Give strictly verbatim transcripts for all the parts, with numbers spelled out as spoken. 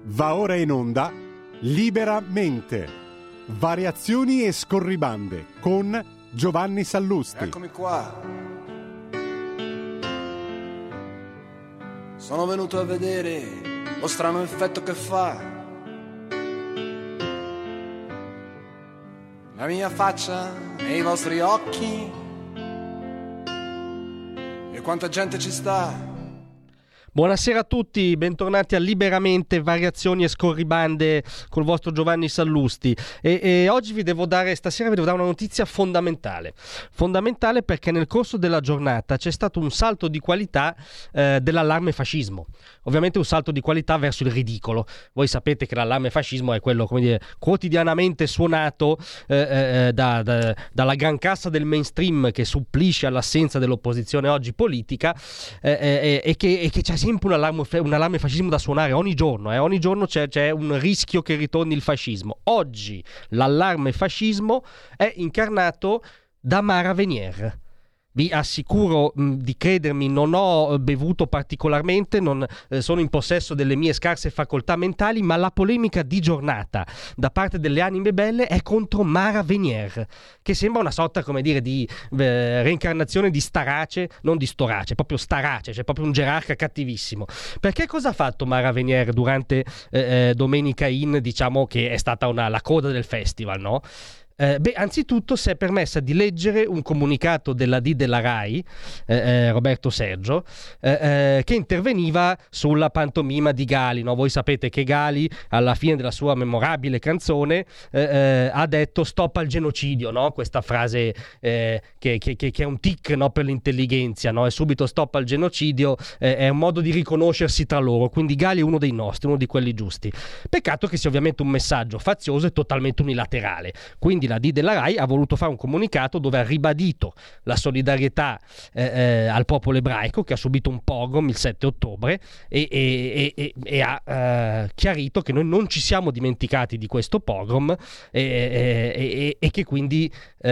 Va ora in onda Liberamente, variazioni e scorribande con Giovanni Sallusti. Eccomi qua. Sono venuto a vedere lo strano effetto che fa la mia faccia nei vostri occhi e quanta gente ci sta. Buonasera a tutti, bentornati a Liberamente, variazioni e scorribande col vostro Giovanni Sallusti e, e oggi vi devo dare, stasera vi devo dare una notizia fondamentale fondamentale perché nel corso della giornata c'è stato un salto di qualità eh, dell'allarme fascismo, ovviamente un salto di qualità verso il ridicolo. Voi sapete che l'allarme fascismo è quello, come dire, quotidianamente suonato eh, eh, da, da, dalla gran cassa del mainstream che supplisce all'assenza dell'opposizione oggi politica eh, eh, e che, e che c'è sempre un allarme, un allarme fascismo da suonare ogni giorno, eh? ogni giorno c'è, c'è un rischio che ritorni il fascismo. Oggi l'allarme fascismo è incarnato da Mara Venier. Vi assicuro mh, di credermi, non ho bevuto particolarmente, non eh, sono in possesso delle mie scarse facoltà mentali, ma la polemica di giornata da parte delle anime belle è contro Mara Venier, che sembra una sorta, come dire, di eh, reincarnazione di Starace, non di Storace, proprio Starace, cioè proprio un gerarca cattivissimo. Perché cosa ha fatto Mara Venier durante eh, Domenica In, diciamo che è stata una, la coda del festival, no? Eh, beh, anzitutto si è permessa di leggere un comunicato della D della Rai, eh, eh, Roberto Sergio, eh, eh, che interveniva sulla pantomima di Gali, no? Voi sapete che Gali, alla fine della sua memorabile canzone, eh, eh, ha detto stop al genocidio, no? Questa frase eh, che, che, che è un tic, no? Per l'intelligenza, no? E subito stop al genocidio eh, è un modo di riconoscersi tra loro, quindi Gali è uno dei nostri, uno di quelli giusti. Peccato che sia ovviamente un messaggio fazioso e totalmente unilaterale, quindi la D della Rai ha voluto fare un comunicato dove ha ribadito la solidarietà eh, eh, al popolo ebraico che ha subito un pogrom il sette ottobre e, e, e, e ha eh, chiarito che noi non ci siamo dimenticati di questo pogrom e, e, e, e che quindi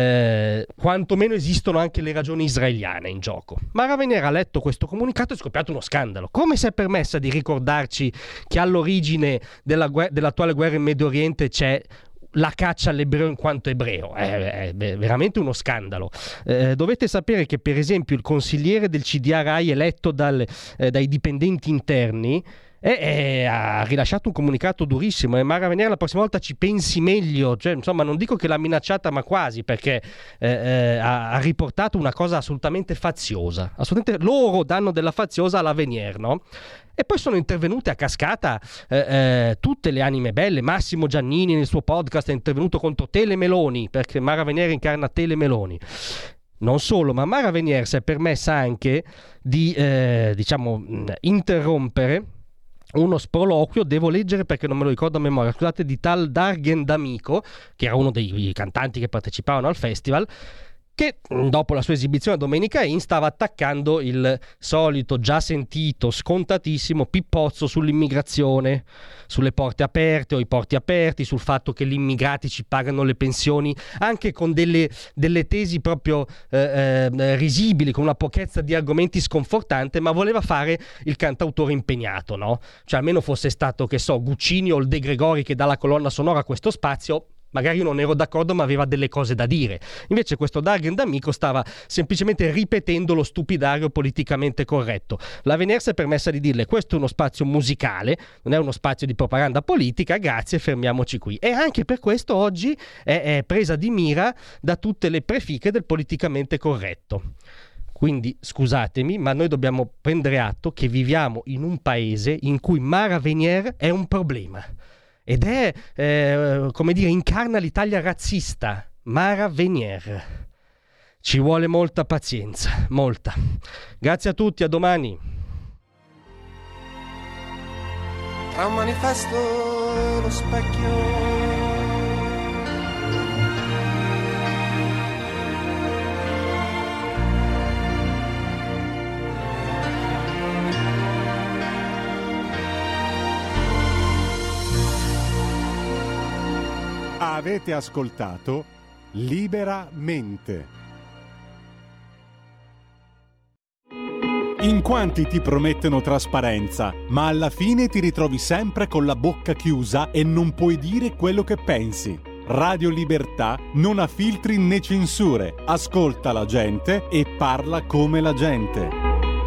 eh, quantomeno esistono anche le ragioni israeliane in gioco. Mara Venier ha letto questo comunicato e è scoppiato uno scandalo. Come si è permessa di ricordarci che all'origine della, dell'attuale guerra in Medio Oriente c'è la caccia all'ebreo in quanto ebreo? È, è veramente uno scandalo. Eh, dovete sapere che per esempio il consigliere del C D A Rai eletto dal, eh, dai dipendenti interni E, e ha rilasciato un comunicato durissimo e Mara Venier la prossima volta ci pensi meglio, cioè, insomma non dico che l'ha minacciata ma quasi, perché eh, eh, ha, ha riportato una cosa assolutamente faziosa, assolutamente loro danno della faziosa alla Venier, no? E poi sono intervenute a cascata eh, eh, tutte le anime belle. Massimo Giannini nel suo podcast è intervenuto contro Tele Meloni, perché Mara Venier incarna Tele Meloni. Non solo, ma Mara Venier si è permessa anche di eh, diciamo interrompere uno sproloquio, devo leggere perché non me lo ricordo a memoria, scusate, di tal Dargen D'Amico, che era uno dei cantanti che partecipavano al festival, che dopo la sua esibizione a Domenica In stava attaccando il solito, già sentito, scontatissimo pippozzo sull'immigrazione, sulle porte aperte o i porti aperti, sul fatto che gli immigrati ci pagano le pensioni, anche con delle, delle tesi proprio eh, eh, risibili, con una pochezza di argomenti sconfortante, ma voleva fare il cantautore impegnato, no? Cioè almeno fosse stato, che so, Guccini o il De Gregori che dà la colonna sonora a questo spazio. Magari io non ero d'accordo ma aveva delle cose da dire. Invece questo Dargen D'Amico stava semplicemente ripetendo lo stupidario politicamente corretto. La Venier si è permessa di dirle: questo è uno spazio musicale, non è uno spazio di propaganda politica, grazie, fermiamoci qui. E anche per questo oggi è, è presa di mira da tutte le prefiche del politicamente corretto. Quindi scusatemi, ma noi dobbiamo prendere atto che viviamo in un paese in cui Mara Venier è un problema. Ed è, eh, come dire, incarna l'Italia razzista. Mara Venier. Ci vuole molta pazienza, molta. Grazie a tutti, a domani. Tra un manifesto e lo specchio Avete ascoltato Liberamente. In quanti ti promettono trasparenza, ma alla fine ti ritrovi sempre con la bocca chiusa e non puoi dire quello che pensi. Radio Libertà non ha filtri né censure, ascolta la gente e parla come la gente.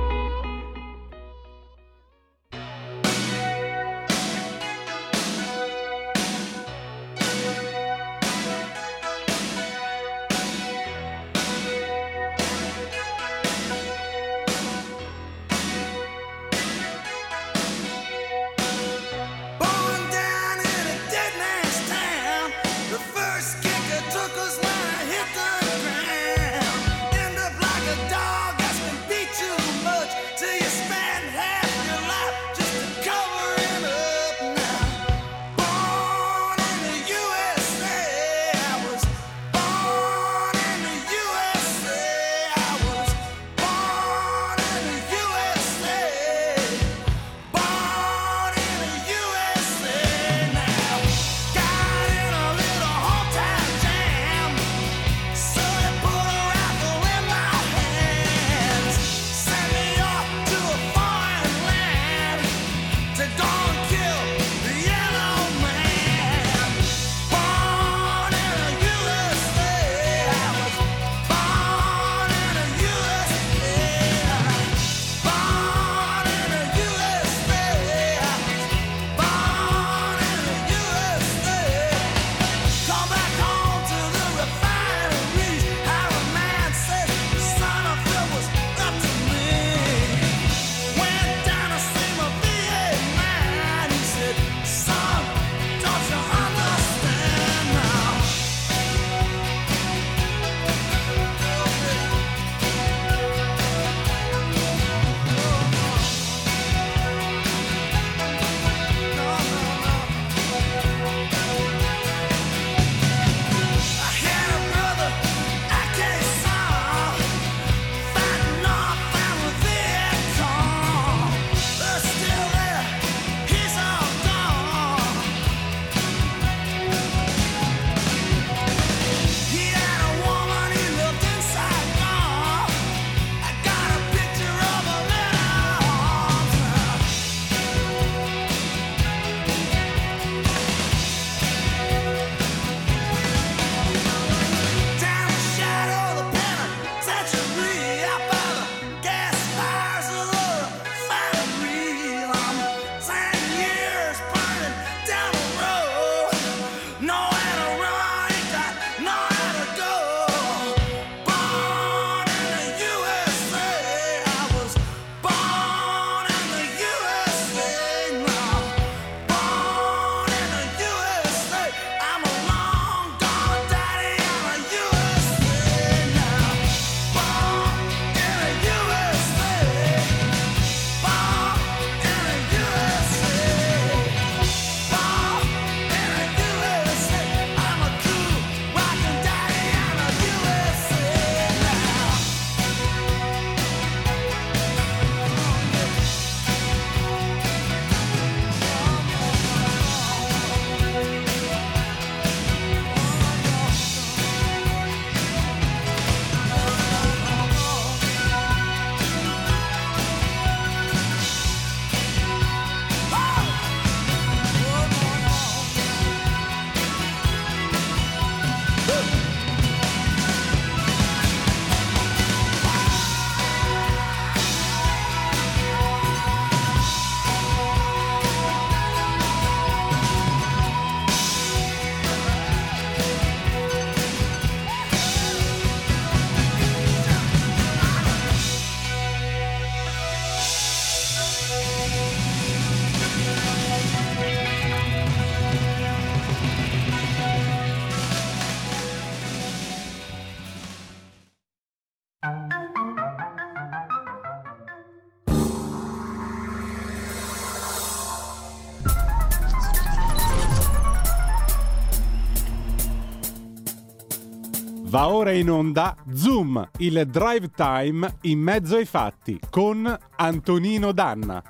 Va ora in onda Zoom, il drive time in mezzo ai fatti con Antonino Danna.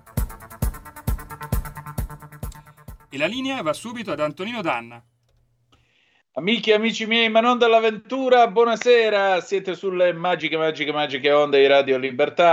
E la linea va subito ad Antonino Danna. Amici e amici miei, ma non dall'avventura, buonasera, siete sulle magiche, magiche, magiche onde di Radio Libertà.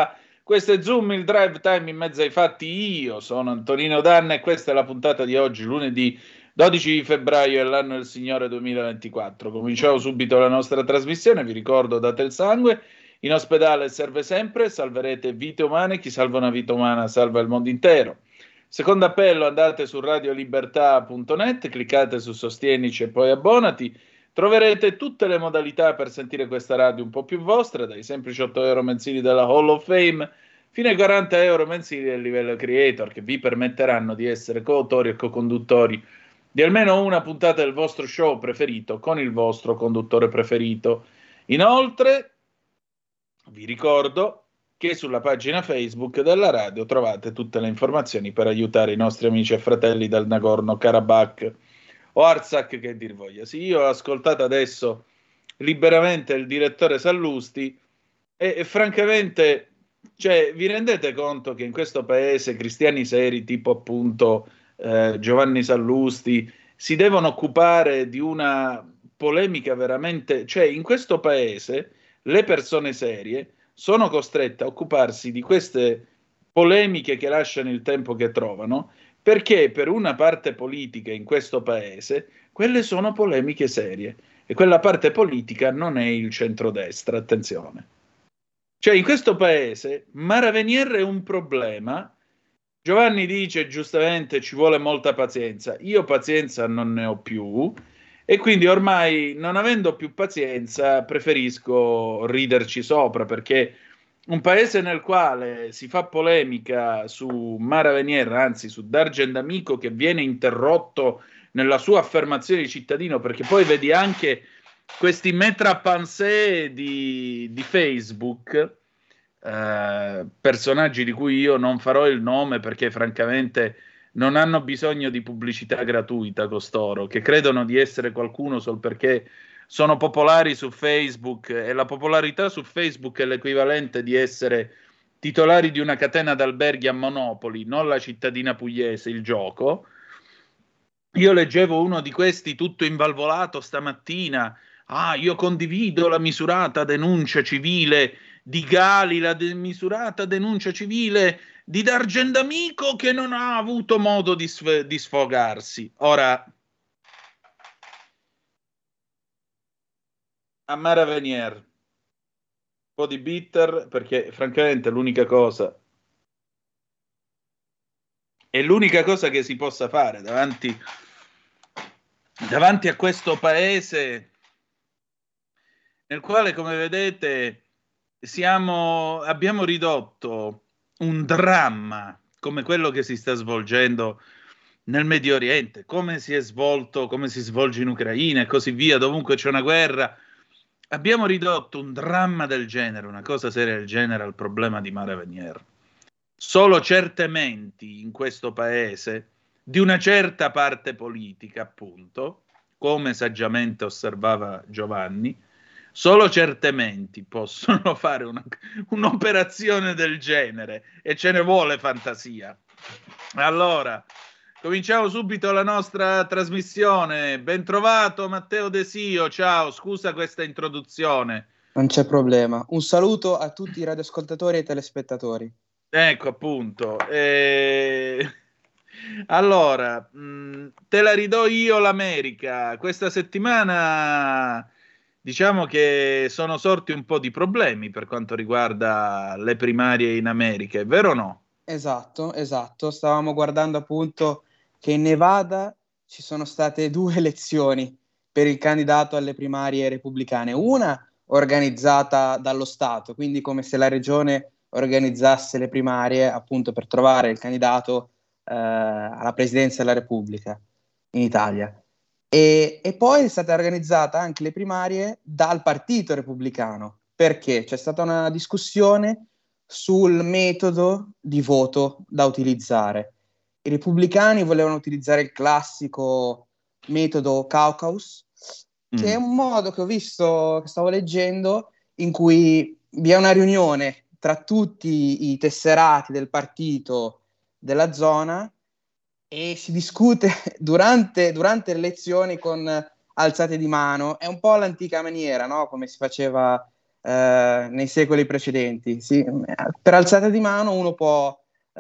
Questo è Zoom, il drive time in mezzo ai fatti. Io sono Antonino Danna e questa è la puntata di oggi, lunedì dodici febbraio dell'anno del Signore duemilaventiquattro. Cominciamo subito la nostra trasmissione. Vi ricordo, date il sangue. In ospedale serve sempre, salverete vite umane. Chi salva una vita umana salva il mondo intero. Secondo appello, andate su radiolibertà punto net, cliccate su Sostienici e poi abbonati. Troverete tutte le modalità per sentire questa radio un po' più vostra, dai semplici otto euro mensili della Hall of Fame fino ai quaranta euro mensili del livello creator, che vi permetteranno di essere coautori e co-conduttori di almeno una puntata del vostro show preferito con il vostro conduttore preferito. Inoltre, vi ricordo che sulla pagina Facebook della radio trovate tutte le informazioni per aiutare i nostri amici e fratelli del Nagorno-Karabakh o Artsakh, che dir voglia. Sì, io ho ascoltato adesso liberamente il direttore Sallusti e, e francamente, cioè, vi rendete conto che in questo paese cristiani seri tipo appunto eh, Giovanni Sallusti si devono occupare di una polemica veramente, cioè in questo paese le persone serie sono costrette a occuparsi di queste polemiche che lasciano il tempo che trovano, perché per una parte politica in questo paese quelle sono polemiche serie e quella parte politica non è il centrodestra, attenzione. Cioè in questo paese Mara Venier è un problema. Giovanni dice giustamente ci vuole molta pazienza, io pazienza non ne ho più e quindi ormai, non avendo più pazienza, preferisco riderci sopra, perché un paese nel quale si fa polemica su Mara Venier, anzi su Dargen D'Amico, che viene interrotto nella sua affermazione di cittadino, perché poi vedi anche questi metrapansé di, di Facebook, eh, personaggi di cui io non farò il nome perché francamente non hanno bisogno di pubblicità gratuita costoro, che credono di essere qualcuno solo perché sono popolari su Facebook, e la popolarità su Facebook è l'equivalente di essere titolari di una catena d'alberghi a Monopoli, non la cittadina pugliese, il gioco. Io leggevo uno di questi tutto invalvolato stamattina: ah, io condivido la misurata denuncia civile di Gali, la de- misurata denuncia civile di Dargen D'Amico, che non ha avuto modo di, sf- di sfogarsi. Ora, a Mara Venier, un po' di bitter, perché francamente l'unica cosa è l'unica cosa che si possa fare davanti, davanti a questo paese nel quale, come vedete, siamo, abbiamo ridotto un dramma come quello che si sta svolgendo nel Medio Oriente, come si è svolto, come si svolge in Ucraina e così via, dovunque c'è una guerra. Abbiamo ridotto un dramma del genere, una cosa seria del genere, al problema di Mara Venier. Solo certe menti in questo paese, di una certa parte politica, appunto, come saggiamente osservava Giovanni, solo certe menti possono fare una, un'operazione del genere, e ce ne vuole fantasia. Allora, cominciamo subito la nostra trasmissione. Ben trovato Matteo De Sio, ciao, scusa questa introduzione. Non c'è problema. Un saluto a tutti i radioascoltatori e telespettatori. Ecco, appunto. E... Allora, mh, te la ridò io l'America. Questa settimana diciamo che sono sorti un po' di problemi per quanto riguarda le primarie in America, è vero o no? Esatto, esatto. Stavamo guardando appunto che in Nevada ci sono state due elezioni per il candidato alle primarie repubblicane. Una organizzata dallo Stato, quindi come se la regione organizzasse le primarie appunto per trovare il candidato eh, alla presidenza della Repubblica in Italia. E, e poi è stata organizzata anche le primarie dal Partito Repubblicano, perché c'è stata una discussione sul metodo di voto da utilizzare. I repubblicani volevano utilizzare il classico metodo caucus, mm. che è un modo che ho visto, che stavo leggendo, in cui vi è una riunione tra tutti i tesserati del partito della zona e si discute durante, durante le elezioni con alzate di mano. È un po' l'antica maniera, no? Come si faceva eh, nei secoli precedenti. Sì, per alzata di mano uno può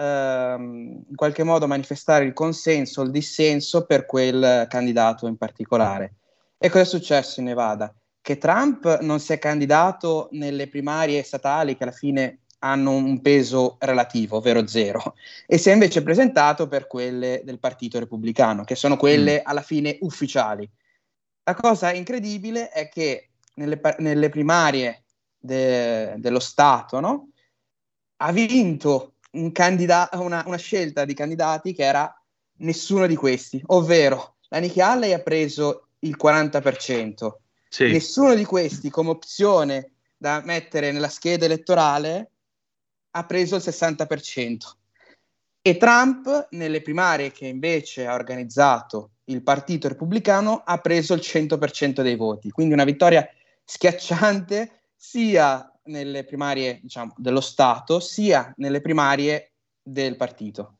ehm, in qualche modo manifestare il consenso, il dissenso per quel candidato in particolare. E cosa è successo in Nevada? Che Trump non si è candidato nelle primarie statali che alla fine hanno un peso relativo, ovvero zero, e si è invece presentato per quelle del Partito Repubblicano, che sono quelle alla fine ufficiali. La cosa incredibile è che nelle, nelle primarie de, dello Stato, no? Ha vinto un candida- una, una scelta di candidati che era nessuno di questi, ovvero la Nikki Haley ha preso il quaranta per cento. Sì. Nessuno di questi come opzione da mettere nella scheda elettorale ha preso il sessanta per cento. E Trump, nelle primarie che invece ha organizzato il Partito Repubblicano, ha preso il cento per cento dei voti. Quindi una vittoria schiacciante sia nelle primarie, diciamo, dello Stato, sia nelle primarie del partito.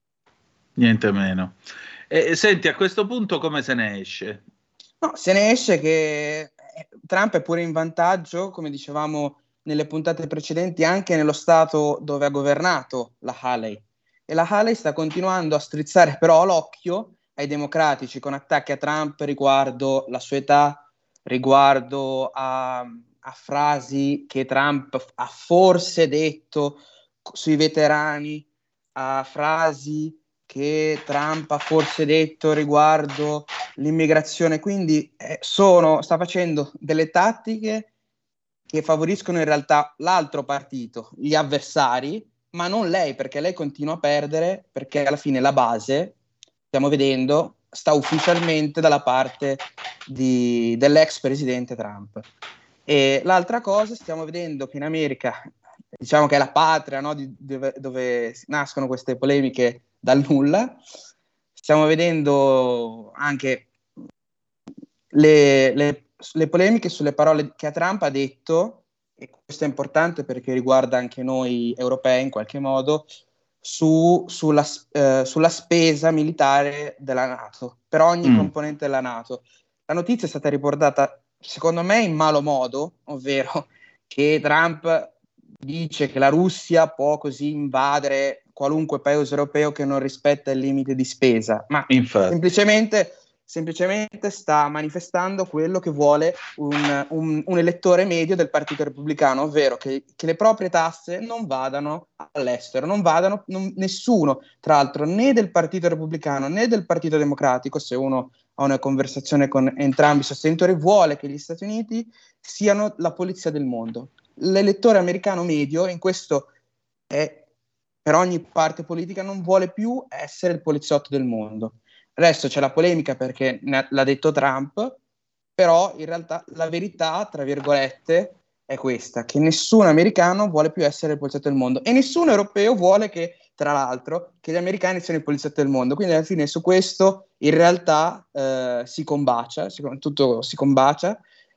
Niente meno. E, senti, a questo punto come se ne esce? No, se ne esce che Trump è pure in vantaggio, come dicevamo nelle puntate precedenti, anche nello stato dove ha governato la Haley. E la Haley sta continuando a strizzare però l'occhio ai democratici con attacchi a Trump riguardo la sua età, riguardo a, a frasi che Trump ha forse detto sui veterani, a frasi che Trump ha forse detto riguardo l'immigrazione. Quindi eh, sono, sta facendo delle tattiche che favoriscono in realtà l'altro partito, gli avversari, ma non lei, perché lei continua a perdere, perché alla fine la base, stiamo vedendo, sta ufficialmente dalla parte di, dell'ex presidente Trump. E l'altra cosa, stiamo vedendo che in America, diciamo che è la patria, no, di, dove, dove nascono queste polemiche dal nulla, stiamo vedendo anche le, le, le polemiche sulle parole che Trump ha detto, e questo è importante perché riguarda anche noi europei in qualche modo, su, sulla, eh, sulla spesa militare della NATO, per ogni mm. componente della NATO. La notizia è stata riportata, secondo me, in malo modo, ovvero che Trump dice che la Russia può così invadere qualunque paese europeo che non rispetta il limite di spesa, ma Infatti. semplicemente... semplicemente sta manifestando quello che vuole un, un, un elettore medio del Partito Repubblicano, ovvero che, che le proprie tasse non vadano all'estero, non vadano non, nessuno, tra l'altro, né del Partito Repubblicano né del Partito Democratico, se uno ha una conversazione con entrambi i sostenitori, vuole che gli Stati Uniti siano la polizia del mondo. L'elettore americano medio, in questo è, per ogni parte politica, non vuole più essere il poliziotto del mondo. Adesso c'è la polemica perché l'ha detto Trump, però in realtà la verità, tra virgolette, è questa, che nessun americano vuole più essere il poliziotto del mondo e nessun europeo vuole che, tra l'altro, che gli americani siano i poliziotti del mondo. Quindi alla fine su questo in realtà eh, si combacia, si, tutto si combacia.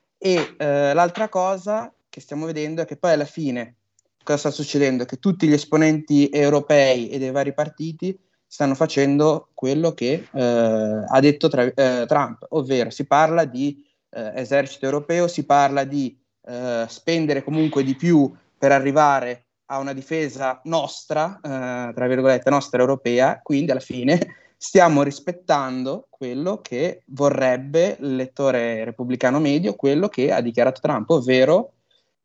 E eh, l'altra cosa che stiamo vedendo è che poi alla fine cosa sta succedendo? Che tutti gli esponenti europei e dei vari partiti stanno facendo quello che eh, ha detto tra, eh, Trump, ovvero si parla di eh, esercito europeo, si parla di eh, spendere comunque di più per arrivare a una difesa nostra, eh, tra virgolette, nostra europea, quindi alla fine stiamo rispettando quello che vorrebbe l'elettore repubblicano medio, quello che ha dichiarato Trump, ovvero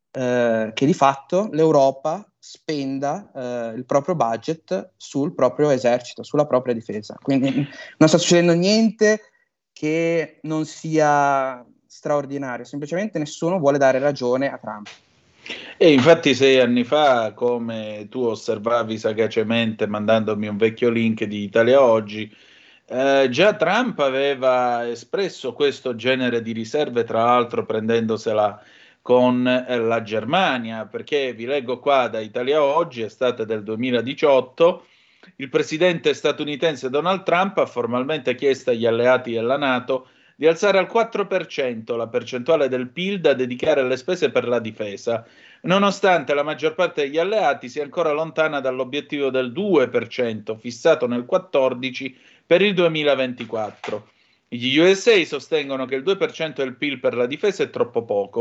eh, che di fatto l'Europa spenda eh, il proprio budget sul proprio esercito, sulla propria difesa. Quindi non sta succedendo niente che non sia straordinario, semplicemente nessuno vuole dare ragione a Trump. E infatti sei anni fa, come tu osservavi sagacemente mandandomi un vecchio link di Italia Oggi, eh, già Trump aveva espresso questo genere di riserve, tra l'altro prendendosela con eh, la Germania, perché vi leggo qua da Italia Oggi, estate del duemiladiciotto, il presidente statunitense Donald Trump ha formalmente chiesto agli alleati della NATO di alzare al quattro per cento la percentuale del P I L da dedicare alle spese per la difesa, nonostante la maggior parte degli alleati sia ancora lontana dall'obiettivo del due per cento fissato nel quattordici per il duemilaventiquattro. Gli U S A sostengono che il due per cento del P I L per la difesa è troppo poco.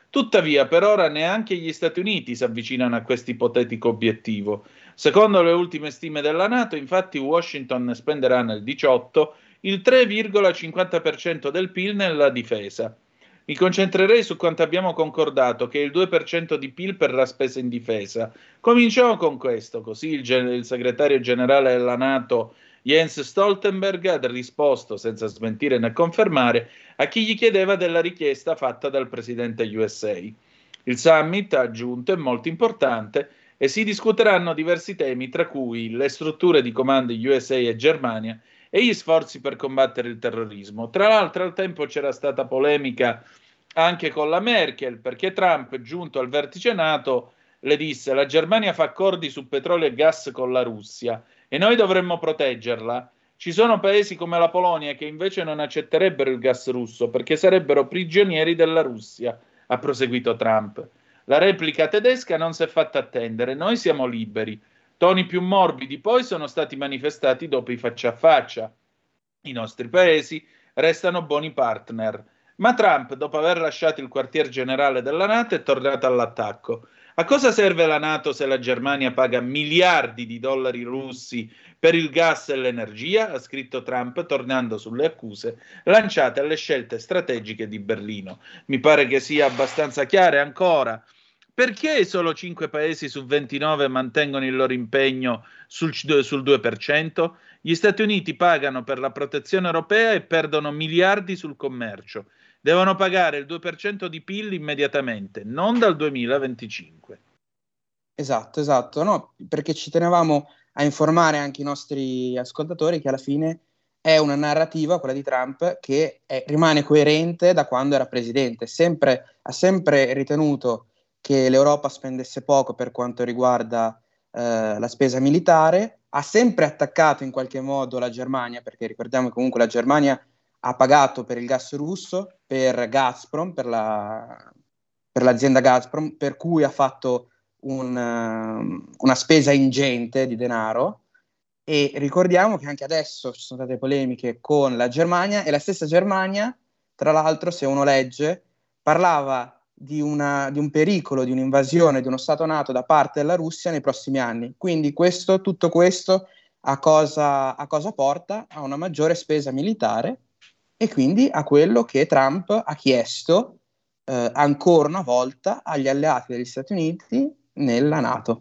Tuttavia, per ora neanche gli Stati Uniti si avvicinano a questo ipotetico obiettivo. Secondo le ultime stime della NATO, infatti, Washington spenderà nel diciotto il tre virgola cinquanta per cento del P I L nella difesa. Mi concentrerei su quanto abbiamo concordato, che è il due per cento di P I L per la spesa in difesa. Cominciamo con questo, così il, gen- il segretario generale della NATO Jens Stoltenberg ha risposto, senza smentire né confermare, a chi gli chiedeva della richiesta fatta dal presidente U S A. Il summit, ha aggiunto, è molto importante e si discuteranno diversi temi, tra cui le strutture di comando U S A e Germania e gli sforzi per combattere il terrorismo. Tra l'altro, al tempo c'era stata polemica anche con la Merkel, perché Trump, giunto al vertice NATO, le disse: la Germania fa accordi su petrolio e gas con la Russia e noi dovremmo proteggerla. Ci sono paesi come la Polonia che invece non accetterebbero il gas russo perché sarebbero prigionieri della Russia, ha proseguito Trump. La replica tedesca non si è fatta attendere, noi siamo liberi. Toni più morbidi poi sono stati manifestati dopo i faccia a faccia. I nostri paesi restano buoni partner. Ma Trump, dopo aver lasciato il quartier generale della NATO, è tornato all'attacco. A cosa serve la NATO se la Germania paga miliardi di dollari russi per il gas e l'energia? Ha scritto Trump, tornando sulle accuse lanciate alle scelte strategiche di Berlino. Mi pare che sia abbastanza chiaro ancora. Perché solo cinque paesi su ventinove mantengono il loro impegno sul, sul due per cento? Gli Stati Uniti pagano per la protezione europea e perdono miliardi sul commercio. Devono pagare il due per cento di P I L immediatamente, non dal duemilaventicinque. Esatto, esatto, no, perché ci tenevamo a informare anche i nostri ascoltatori che alla fine è una narrativa, quella di Trump, che è, rimane coerente da quando era presidente. Sempre, ha sempre ritenuto che l'Europa spendesse poco per quanto riguarda eh, la spesa militare, ha sempre attaccato in qualche modo la Germania, perché ricordiamo che comunque la Germania ha pagato per il gas russo, per Gazprom, per, la, per l'azienda Gazprom, per cui ha fatto un, uh, una spesa ingente di denaro. E ricordiamo che anche adesso ci sono state polemiche con la Germania, e la stessa Germania, tra l'altro, se uno legge, parlava di, una, di un pericolo, di un'invasione di uno Stato NATO da parte della Russia nei prossimi anni. Quindi questo, tutto questo a cosa, a cosa porta? A una maggiore spesa militare e quindi a quello che Trump ha chiesto eh, ancora una volta agli alleati degli Stati Uniti nella NATO.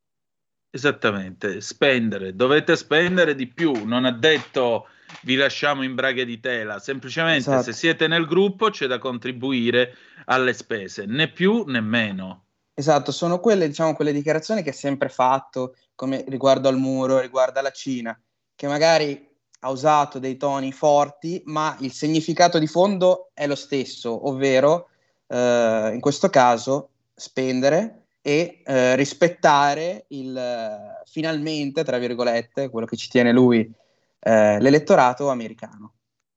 Esattamente, spendere, dovete spendere di più, non ha detto vi lasciamo in braghe di tela, semplicemente esatto. Se siete nel gruppo c'è da contribuire alle spese, né più né meno. Esatto, sono quelle, diciamo, quelle dichiarazioni che ha sempre fatto, come riguardo al muro, riguardo alla Cina, che magari ha usato dei toni forti, ma il significato di fondo è lo stesso, ovvero eh, in questo caso spendere e eh, rispettare il finalmente, tra virgolette, quello che ci tiene lui, eh, l'elettorato americano.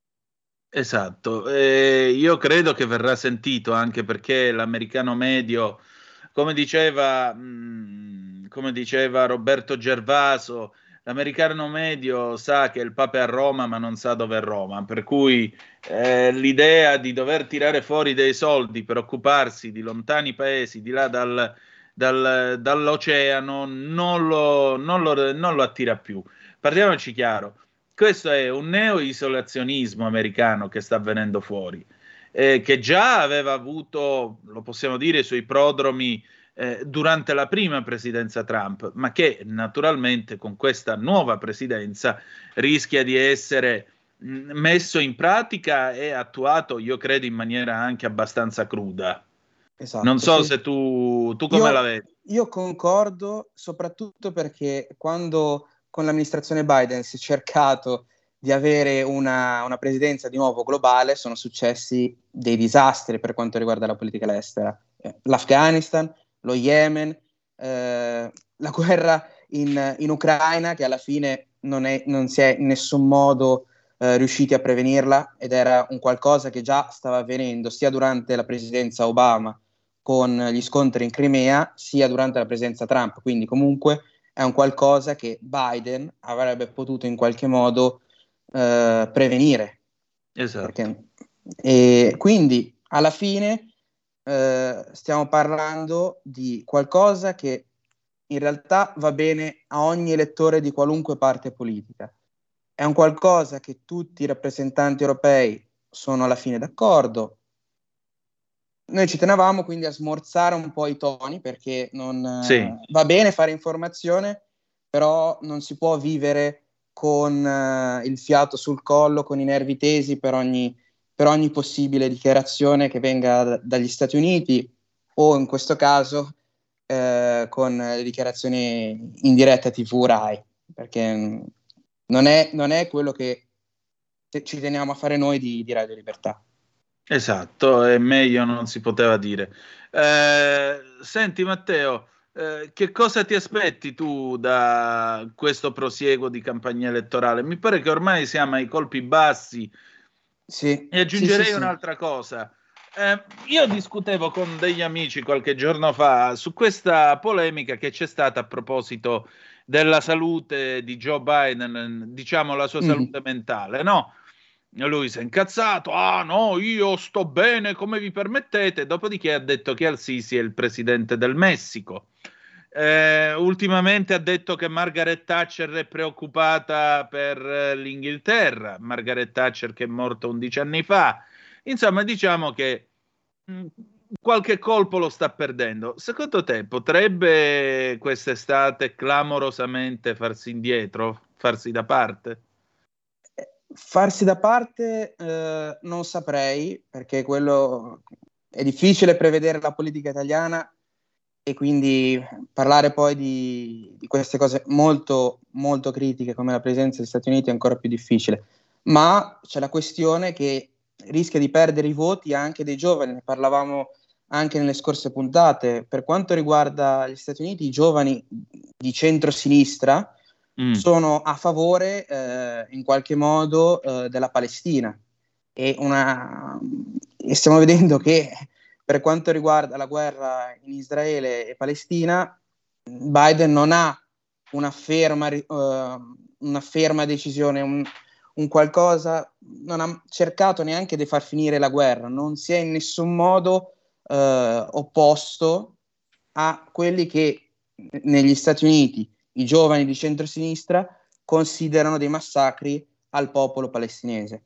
Esatto, eh, io credo che verrà sentito anche perché l'americano medio, come diceva, mh, come diceva Roberto Gervaso, l'americano medio sa che il Papa è a Roma ma non sa dove è Roma, per cui eh, l'idea di dover tirare fuori dei soldi per occuparsi di lontani paesi, di là dal, dal, dall'oceano, non lo, non, lo, non lo attira più. Parliamoci chiaro, questo è un neo-isolazionismo americano che sta venendo fuori, eh, che già aveva avuto, lo possiamo dire, i suoi prodromi Eh, durante la prima presidenza Trump, ma che naturalmente con questa nuova presidenza rischia di essere mh, messo in pratica e attuato, io credo, in maniera anche abbastanza cruda. Esatto, non so sì. se tu, tu come io, la vedi. Io concordo, soprattutto perché quando con l'amministrazione Biden si è cercato di avere una, una presidenza di nuovo globale, sono successi dei disastri per quanto riguarda la politica estera. Eh, L'Afghanistan, lo Yemen, eh, la guerra in, in Ucraina, che alla fine non, è, non si è in nessun modo eh, riusciti a prevenirla, ed era un qualcosa che già stava avvenendo sia durante la presidenza Obama con gli scontri in Crimea, sia durante la presidenza Trump. Quindi comunque è un qualcosa che Biden avrebbe potuto in qualche modo eh, prevenire. Esatto. Perché, e quindi alla fine eh, stiamo parlando di qualcosa che in realtà va bene a ogni elettore di qualunque parte politica. È un qualcosa che tutti i rappresentanti europei sono alla fine d'accordo. Noi ci tenevamo quindi a smorzare un po' i toni, perché non, Sì. eh, va bene fare informazione, però non si può vivere con eh, il fiato sul collo, con i nervi tesi per ogni, per ogni possibile dichiarazione che venga d- dagli Stati Uniti, o in questo caso eh, con le dichiarazioni in diretta T V Rai, perché mh, non è, non è quello che te- ci teniamo a fare noi di, di Radio Libertà. Esatto, e meglio non si poteva dire. Eh, senti Matteo, eh, che cosa ti aspetti tu da questo prosieguo di campagna elettorale? Mi pare che ormai siamo ai colpi bassi. Sì, E sì, sì, aggiungerei sì. un'altra cosa. Eh, io discutevo con degli amici qualche giorno fa su questa polemica che c'è stata a proposito della salute di Joe Biden, diciamo la sua Mhm. salute mentale, no? Lui si è incazzato, ah no, io sto bene, come vi permettete? Dopodiché ha detto che Al-Sisi è il presidente del Messico. Eh, ultimamente ha detto che Margaret Thatcher è preoccupata per eh, l'Inghilterra, Margaret Thatcher che è morta undici anni fa. Insomma, diciamo che mh, qualche colpo lo sta perdendo. Secondo te potrebbe quest'estate clamorosamente farsi indietro, farsi da parte? Farsi da parte eh, non saprei, perché quello è difficile prevedere la politica italiana e quindi parlare poi di, di queste cose molto, molto critiche come la presenza degli Stati Uniti è ancora più difficile. Ma c'è la questione che rischia di perdere i voti anche dei giovani, ne parlavamo anche nelle scorse puntate. Per quanto riguarda gli Stati Uniti, i giovani di centrosinistra Mm. sono a favore eh, in qualche modo eh, della Palestina e, una, e stiamo vedendo che per quanto riguarda la guerra in Israele e Palestina, Biden non ha una ferma, uh, una ferma decisione, un, un qualcosa, non ha cercato neanche di far finire la guerra, non si è in nessun modo uh, opposto a quelli che negli Stati Uniti i giovani di centrosinistra considerano dei massacri al popolo palestinese.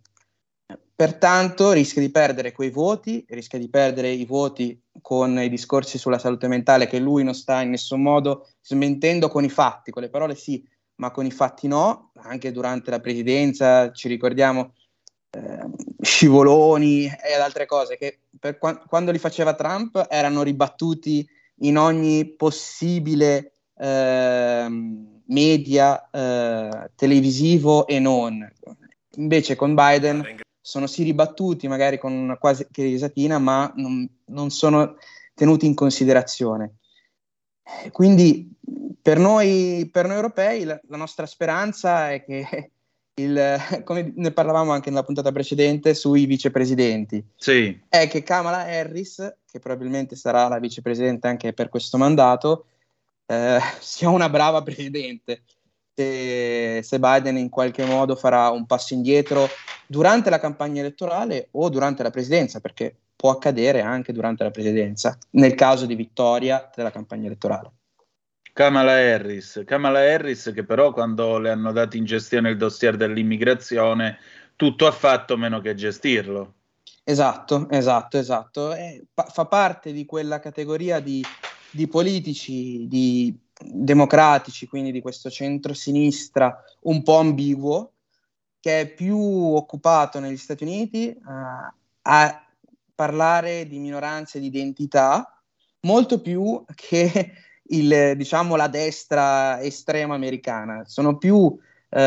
Pertanto rischia di perdere quei voti, rischia di perdere i voti con i discorsi sulla salute mentale che lui non sta in nessun modo smentendo con i fatti, con le parole sì, ma con i fatti no. Anche durante la presidenza ci ricordiamo eh, scivoloni e altre cose che per qua- quando li faceva Trump erano ribattuti in ogni possibile eh, media eh, televisivo e non. Invece con Biden sono sì ribattuti magari con una quasi che risatina, ma non, non sono tenuti in considerazione. Quindi per noi, per noi europei la, la nostra speranza è che, il, come ne parlavamo anche nella puntata precedente sui vicepresidenti, Sì. è che Kamala Harris, che probabilmente sarà la vicepresidente anche per questo mandato, eh, sia una brava presidente. Se, se Biden in qualche modo farà un passo indietro durante la campagna elettorale o durante la presidenza, perché può accadere anche durante la presidenza, nel caso di vittoria della campagna elettorale. Kamala Harris, Kamala Harris che però quando le hanno dato in gestione il dossier dell'immigrazione tutto ha fatto meno che gestirlo. Esatto, esatto, esatto. E fa, fa parte di quella categoria di, di politici, di democratici, quindi di questo centro-sinistra un po' ambiguo, che è più occupato negli Stati Uniti uh, a parlare di minoranze di identità, molto più che il, diciamo, la destra estrema americana. Sono più uh,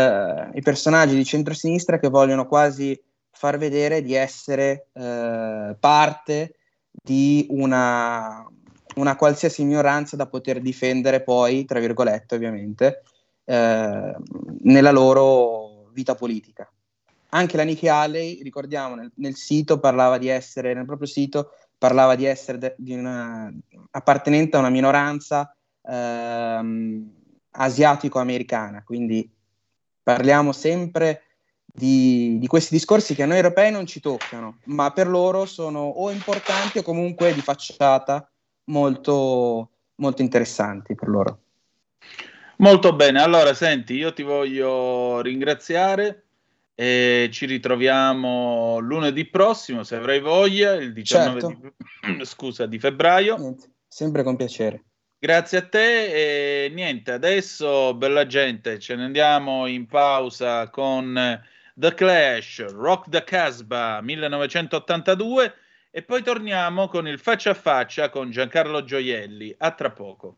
i personaggi di centro-sinistra che vogliono quasi far vedere di essere uh, parte di una, una qualsiasi minoranza da poter difendere poi, tra virgolette ovviamente, eh, nella loro vita politica. Anche la Nikki Haley, ricordiamo, nel, nel sito parlava di essere, nel proprio sito parlava di essere de, di una, appartenente a una minoranza ehm, asiatico-americana, quindi parliamo sempre di, di questi discorsi che a noi europei non ci toccano, ma per loro sono o importanti o comunque di facciata molto, molto interessanti per loro. Molto bene, allora senti, io ti voglio ringraziare e ci ritroviamo lunedì prossimo, se avrai voglia, il diciannove Certo. di, scusa, di febbraio. Niente, sempre con piacere. Grazie a te e niente, adesso bella gente, ce ne andiamo in pausa con The Clash, Rock the Casbah millenovecentottantadue e poi torniamo con il faccia a faccia con Giancarlo Gioielli. A tra poco.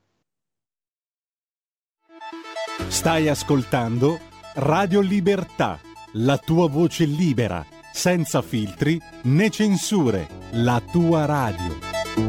Stai ascoltando Radio Libertà, la tua voce libera, senza filtri né censure, la tua radio.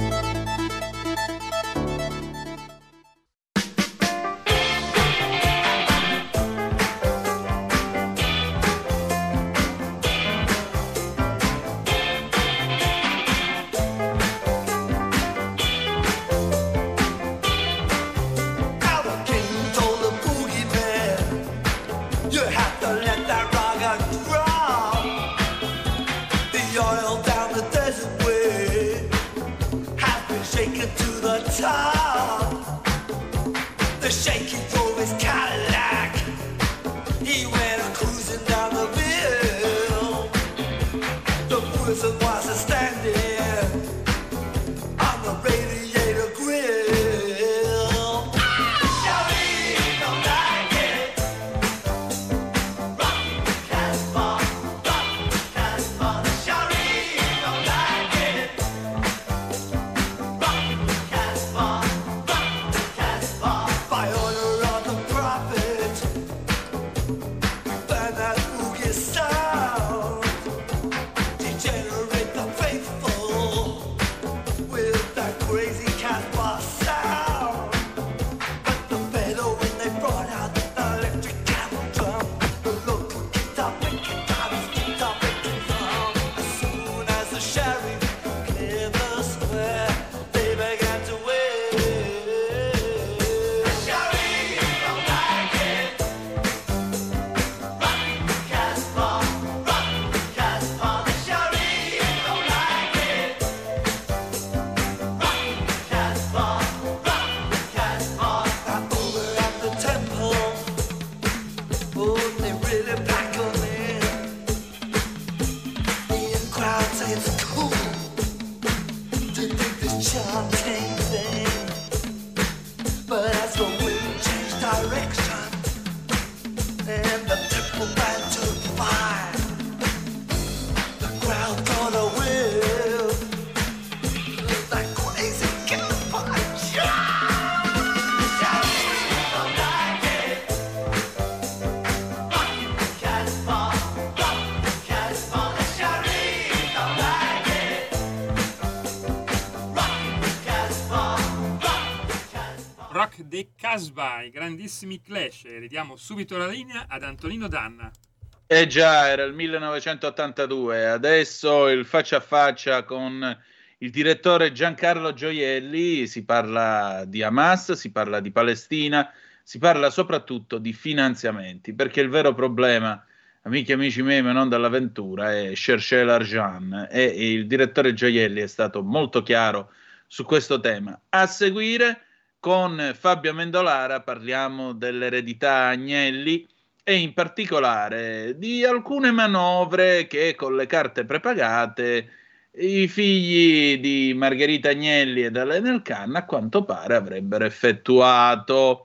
The Casbah, i grandissimi Clash. Ridiamo subito la linea ad Antonino Danna. Eh già, era il millenovecentottantadue, adesso il faccia a faccia con il direttore Giancarlo Gioielli, si parla di Hamas, si parla di Palestina, si parla soprattutto di finanziamenti, perché il vero problema, amici e amici miei, ma non dall'avventura, è chercher l'argent, e il direttore Gioielli è stato molto chiaro su questo tema. A seguire, con Fabio Amendolara, parliamo dell'eredità Agnelli e in particolare di alcune manovre che con le carte prepagate i figli di Margherita Agnelli e dell'Enel Can a quanto pare avrebbero effettuato.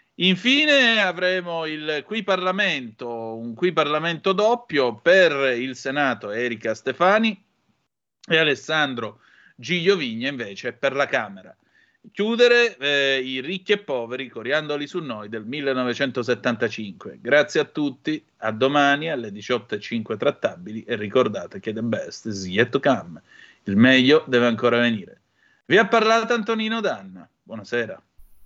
Infine avremo il Qui Parlamento, un Qui Parlamento doppio per il Senato, Erika Stefani, e Alessandro Giglio Vigna invece per la Camera. Chiudere eh, i ricchi e poveri, coriandoli su noi del millenovecentosettantacinque. Grazie a tutti, a domani alle diciotto e cinque trattabili e ricordate che the best is yet to come, il meglio deve ancora venire. Vi ha parlato Antonino Danna, buonasera.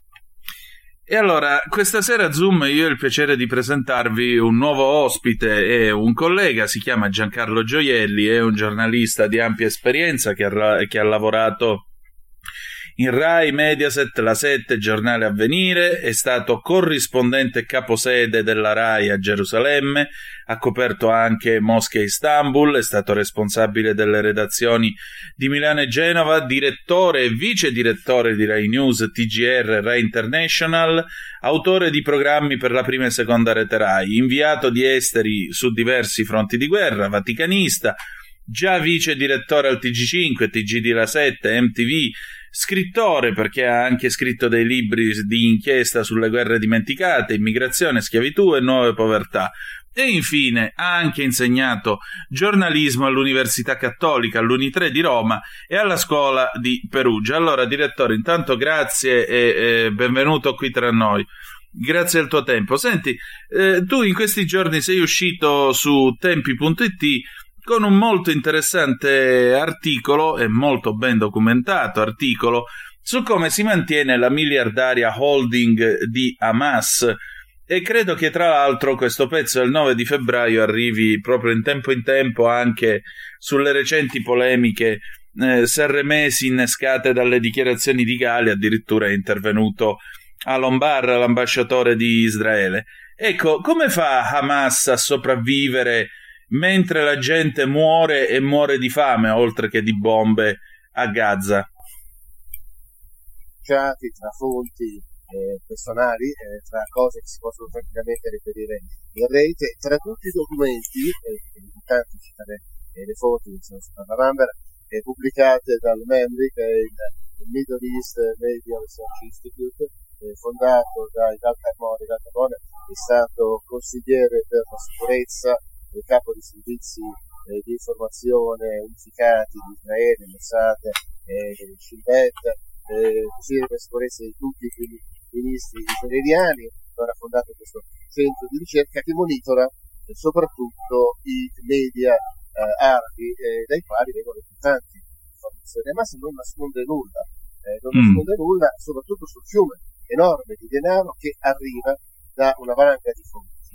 E allora, questa sera Zoom io ho il piacere di presentarvi un nuovo ospite e un collega, si chiama Giancarlo Gioielli, è un giornalista di ampia esperienza che ha, che ha lavorato in Rai, Mediaset, La sette, Giornale Avvenire, è stato corrispondente caposede della Rai a Gerusalemme, ha coperto anche Mosca e Istanbul, è stato responsabile delle redazioni di Milano e Genova, direttore e vice direttore di Rai News, T G R, Rai International, autore di programmi per la prima e seconda rete Rai, inviato di esteri su diversi fronti di guerra, vaticanista, già vice direttore al T G cinque, T G di La sette, M T V, scrittore perché ha anche scritto dei libri di inchiesta sulle guerre dimenticate, immigrazione, schiavitù e nuove povertà. E infine ha anche insegnato giornalismo all'Università Cattolica, all'Unitre di Roma e alla Scuola di Perugia. Allora, direttore, intanto grazie e, e benvenuto qui tra noi. Grazie al tuo tempo. Senti, eh, tu in questi giorni sei uscito su tempi punto it con un molto interessante articolo e molto ben documentato articolo su come si mantiene la miliardaria holding di Hamas. E credo che tra l'altro questo pezzo del nove di febbraio arrivi proprio in tempo in tempo anche sulle recenti polemiche eh, serremesi innescate dalle dichiarazioni di Gali. Addirittura è intervenuto Alon Bar, l'ambasciatore di Israele. Ecco, come fa Hamas a sopravvivere mentre la gente muore e muore di fame oltre che di bombe a Gaza? Tra fonti Eh, personali, eh, tra cose che si possono tranquillamente reperire in rete, tra tutti i documenti, eh, intanto citare eh, le fonti che sono state eh, pubblicate dal MEMRI, che è il, il Middle East Media Research Institute, eh, fondato da Idal Carmone. Idal Carmone è stato consigliere per la sicurezza, il capo di servizi eh, di informazione unificati di Israele, Mossad e eh, Shin Bet, eh, consigliere per la sicurezza di tutti i ministri israeliani. Allora ha fondato questo centro di ricerca che monitora eh, soprattutto i media eh, arabi, eh, dai quali vengono importanti informazioni. Ma se non nasconde nulla, eh, non mm. nasconde nulla soprattutto sul fiume enorme di denaro che arriva da una valanga di fonti.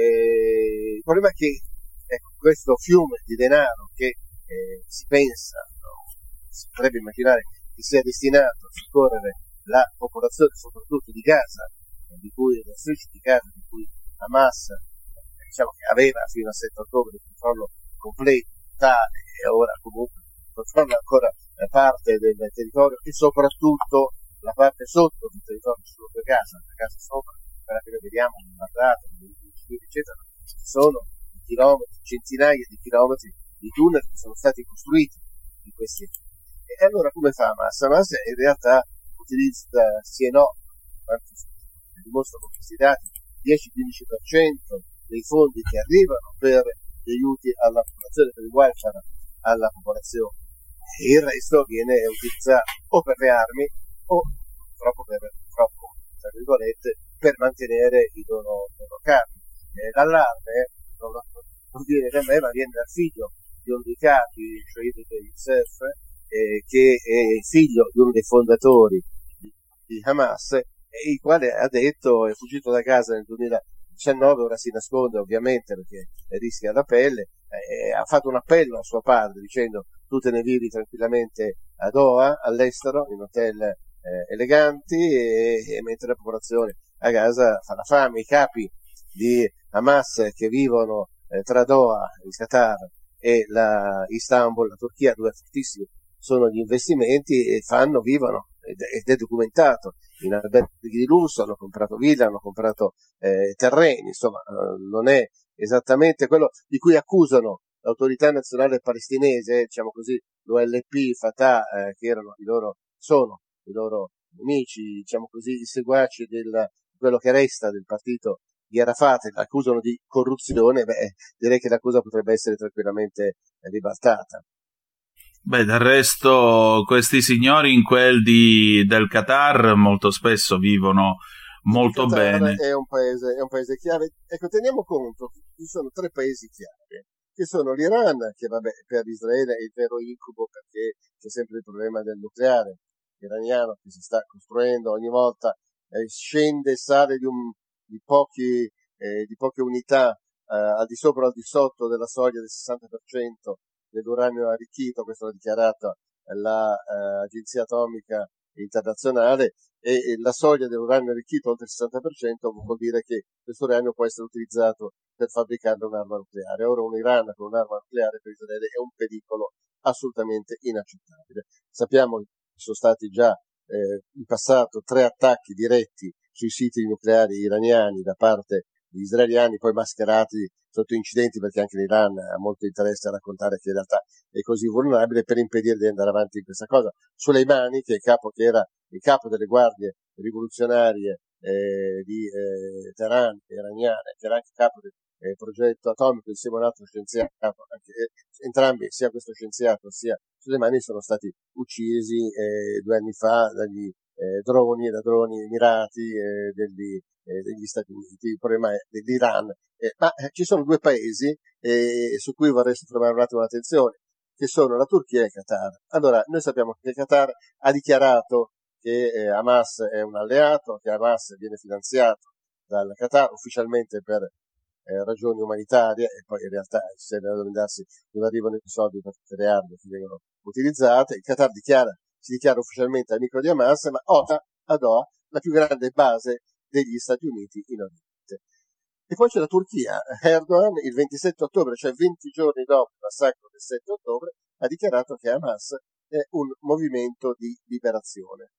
Eh, il problema è che ecco, questo fiume di denaro che eh, si pensa, no, si potrebbe immaginare che sia destinato a soccorrere la popolazione soprattutto di Gaza, di cui la striscia di Gaza, di cui Hamas diciamo che aveva fino al sette ottobre il controllo completo, totale, e ora comunque controlla ancora parte del territorio e soprattutto la parte sotto del territorio solo per Gaza, la Gaza sopra, quella che noi vediamo guardate, eccetera, ci sono chilometri, centinaia di chilometri di tunnel che sono stati costruiti in questi anni. E allora come fa Hamas? Hamas in realtà utilizza sì e no, anzi dimostrano questi dati, dieci-quindici per cento dei fondi che arrivano per gli aiuti alla popolazione, per il welfare alla popolazione, e il resto viene utilizzato o per le armi o purtroppo per, purtroppo, tra virgolette, per mantenere i loro, loro capi. Eh, l'allarme non, non viene da me, ma viene dal figlio di uno dei capi, cioè di Youssef, eh, che è figlio di uno dei fondatori di Hamas, e il quale ha detto è fuggito da casa nel duemiladiciannove, ora si nasconde ovviamente perché rischia la pelle, eh, ha fatto un appello a suo padre dicendo tu te ne vivi tranquillamente a Doha, all'estero, in hotel eh, eleganti, e, e mentre la popolazione a Gaza fa la fame. I capi di Hamas che vivono eh, tra Doha, il Qatar, e la Istanbul, la Turchia, dove fortissimi sono gli investimenti, e fanno, vivono, ed è documentato, in alberghi di lusso, hanno comprato ville, hanno comprato eh, terreni, insomma eh, non è esattamente quello di cui accusano l'autorità nazionale palestinese, diciamo così, l'O L P, Fatah, eh, che erano i loro, sono i loro nemici, diciamo così, i seguaci del quello che resta del partito di Arafat, accusano di corruzione. Beh, direi che l'accusa potrebbe essere tranquillamente ribaltata. Beh, del resto questi signori in quel di, del Qatar molto spesso vivono molto il Qatar bene. È un paese, è un paese chiave. Ecco, teniamo conto che ci sono tre paesi chiave, che sono l'Iran, che vabbè per Israele è il vero incubo perché c'è sempre il problema del nucleare iraniano che si sta costruendo, ogni volta eh, scende e sale di, un, di, pochi, eh, di poche unità eh, al di sopra o al di sotto della soglia del sessanta per cento dell'uranio arricchito. Questo l'ha dichiarato l'agenzia eh, atomica internazionale, e, e la soglia dell'uranio arricchito oltre il sessanta per cento vuol dire che questo uranio può essere utilizzato per fabbricare un'arma nucleare. Ora un Iran con un'arma nucleare per Israele è un pericolo assolutamente inaccettabile. Sappiamo che sono stati già eh, in passato tre attacchi diretti sui siti nucleari iraniani da parte degli israeliani, poi mascherati sotto incidenti, perché anche l'Iran ha molto interesse a raccontare che in realtà è così vulnerabile, per impedire di andare avanti in questa cosa. Soleimani, che è il capo, che era il capo delle guardie rivoluzionarie eh, di eh, Teheran, iraniane, che era anche capo del eh, progetto atomico insieme a un altro scienziato, anche, eh, entrambi, sia questo scienziato sia Soleimani, sono stati uccisi eh, due anni fa dagli eh, droni, da droni emirati eh, degli, eh, degli Stati Uniti. Il problema è dell'Iran. Eh, ma eh, ci sono due paesi eh, su cui vorrei soffermare un attimo l'attenzione, che sono la Turchia e il Qatar. Allora, noi sappiamo che il Qatar ha dichiarato che eh, Hamas è un alleato, che Hamas viene finanziato dal Qatar ufficialmente per eh, ragioni umanitarie, e poi in realtà se devono darsi dove arrivano i soldi per tutte le armi che vengono utilizzate. Il Qatar dichiara, si dichiara ufficialmente amico di Hamas, ma ora a Doha la più grande base degli Stati Uniti in Oriente. E poi c'è la Turchia. Erdogan il ventisette ottobre, cioè venti giorni dopo il massacro del sette ottobre, ha dichiarato che Hamas è un movimento di liberazione.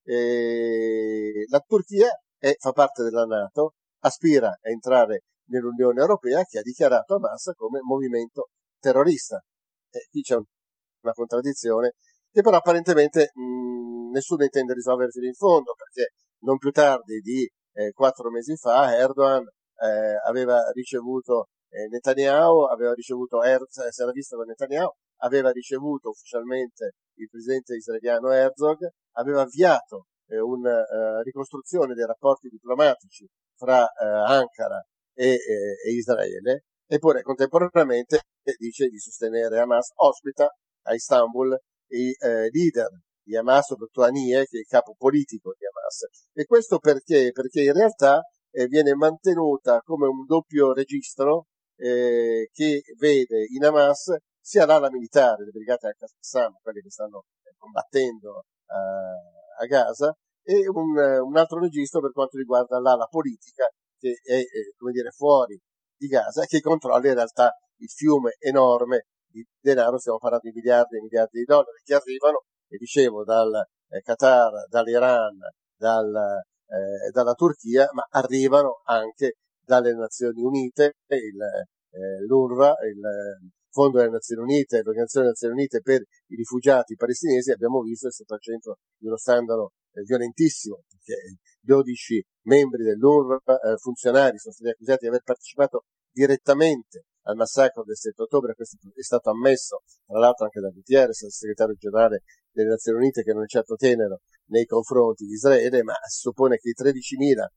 E la Turchia è, fa parte della NATO, aspira a entrare nell'Unione Europea, che ha dichiarato Hamas come movimento terrorista. E qui c'è un, una contraddizione che però apparentemente mh, nessuno intende risolvere fino in fondo, perché non più tardi di eh, quattro mesi fa Erdogan eh, aveva ricevuto eh, Netanyahu, aveva ricevuto Herzog, si era visto con Netanyahu, aveva ricevuto ufficialmente il presidente israeliano Herzog, aveva avviato eh, una uh, ricostruzione dei rapporti diplomatici fra uh, Ankara e, e, e Israele, eppure contemporaneamente dice di sostenere Hamas. Ospita a Istanbul i eh, leader di Hamas, soprattutto Haniyeh, che è il capo politico di Hamas. E questo perché? Perché in realtà eh, viene mantenuta come un doppio registro eh, che vede in Hamas sia l'ala militare, le brigate al-Qassam, quelle che stanno combattendo uh, a Gaza, e un, un altro registro per quanto riguarda l'ala politica, che è, è come dire fuori di Gaza, e che controlla in realtà il fiume enorme di denaro. Stiamo parlando di miliardi e miliardi di dollari che arrivano, e dicevo, dal eh, Qatar, dall'Iran, dal, eh, dalla Turchia, ma arrivano anche dalle Nazioni Unite, il, eh, l'UNRWA, il Fondo delle Nazioni Unite, l'Organizzazione delle Nazioni Unite per i rifugiati palestinesi. Abbiamo visto è stato al centro di uno scandalo eh, violentissimo, perché dodici membri dell'UNRWA, eh, funzionari, sono stati accusati di aver partecipato direttamente al massacro del sette ottobre. Questo è stato ammesso, tra l'altro, anche da Gutierrez, il segretario generale delle Nazioni Unite, che non è certo tenero nei confronti di Israele, ma si suppone che i tredicimila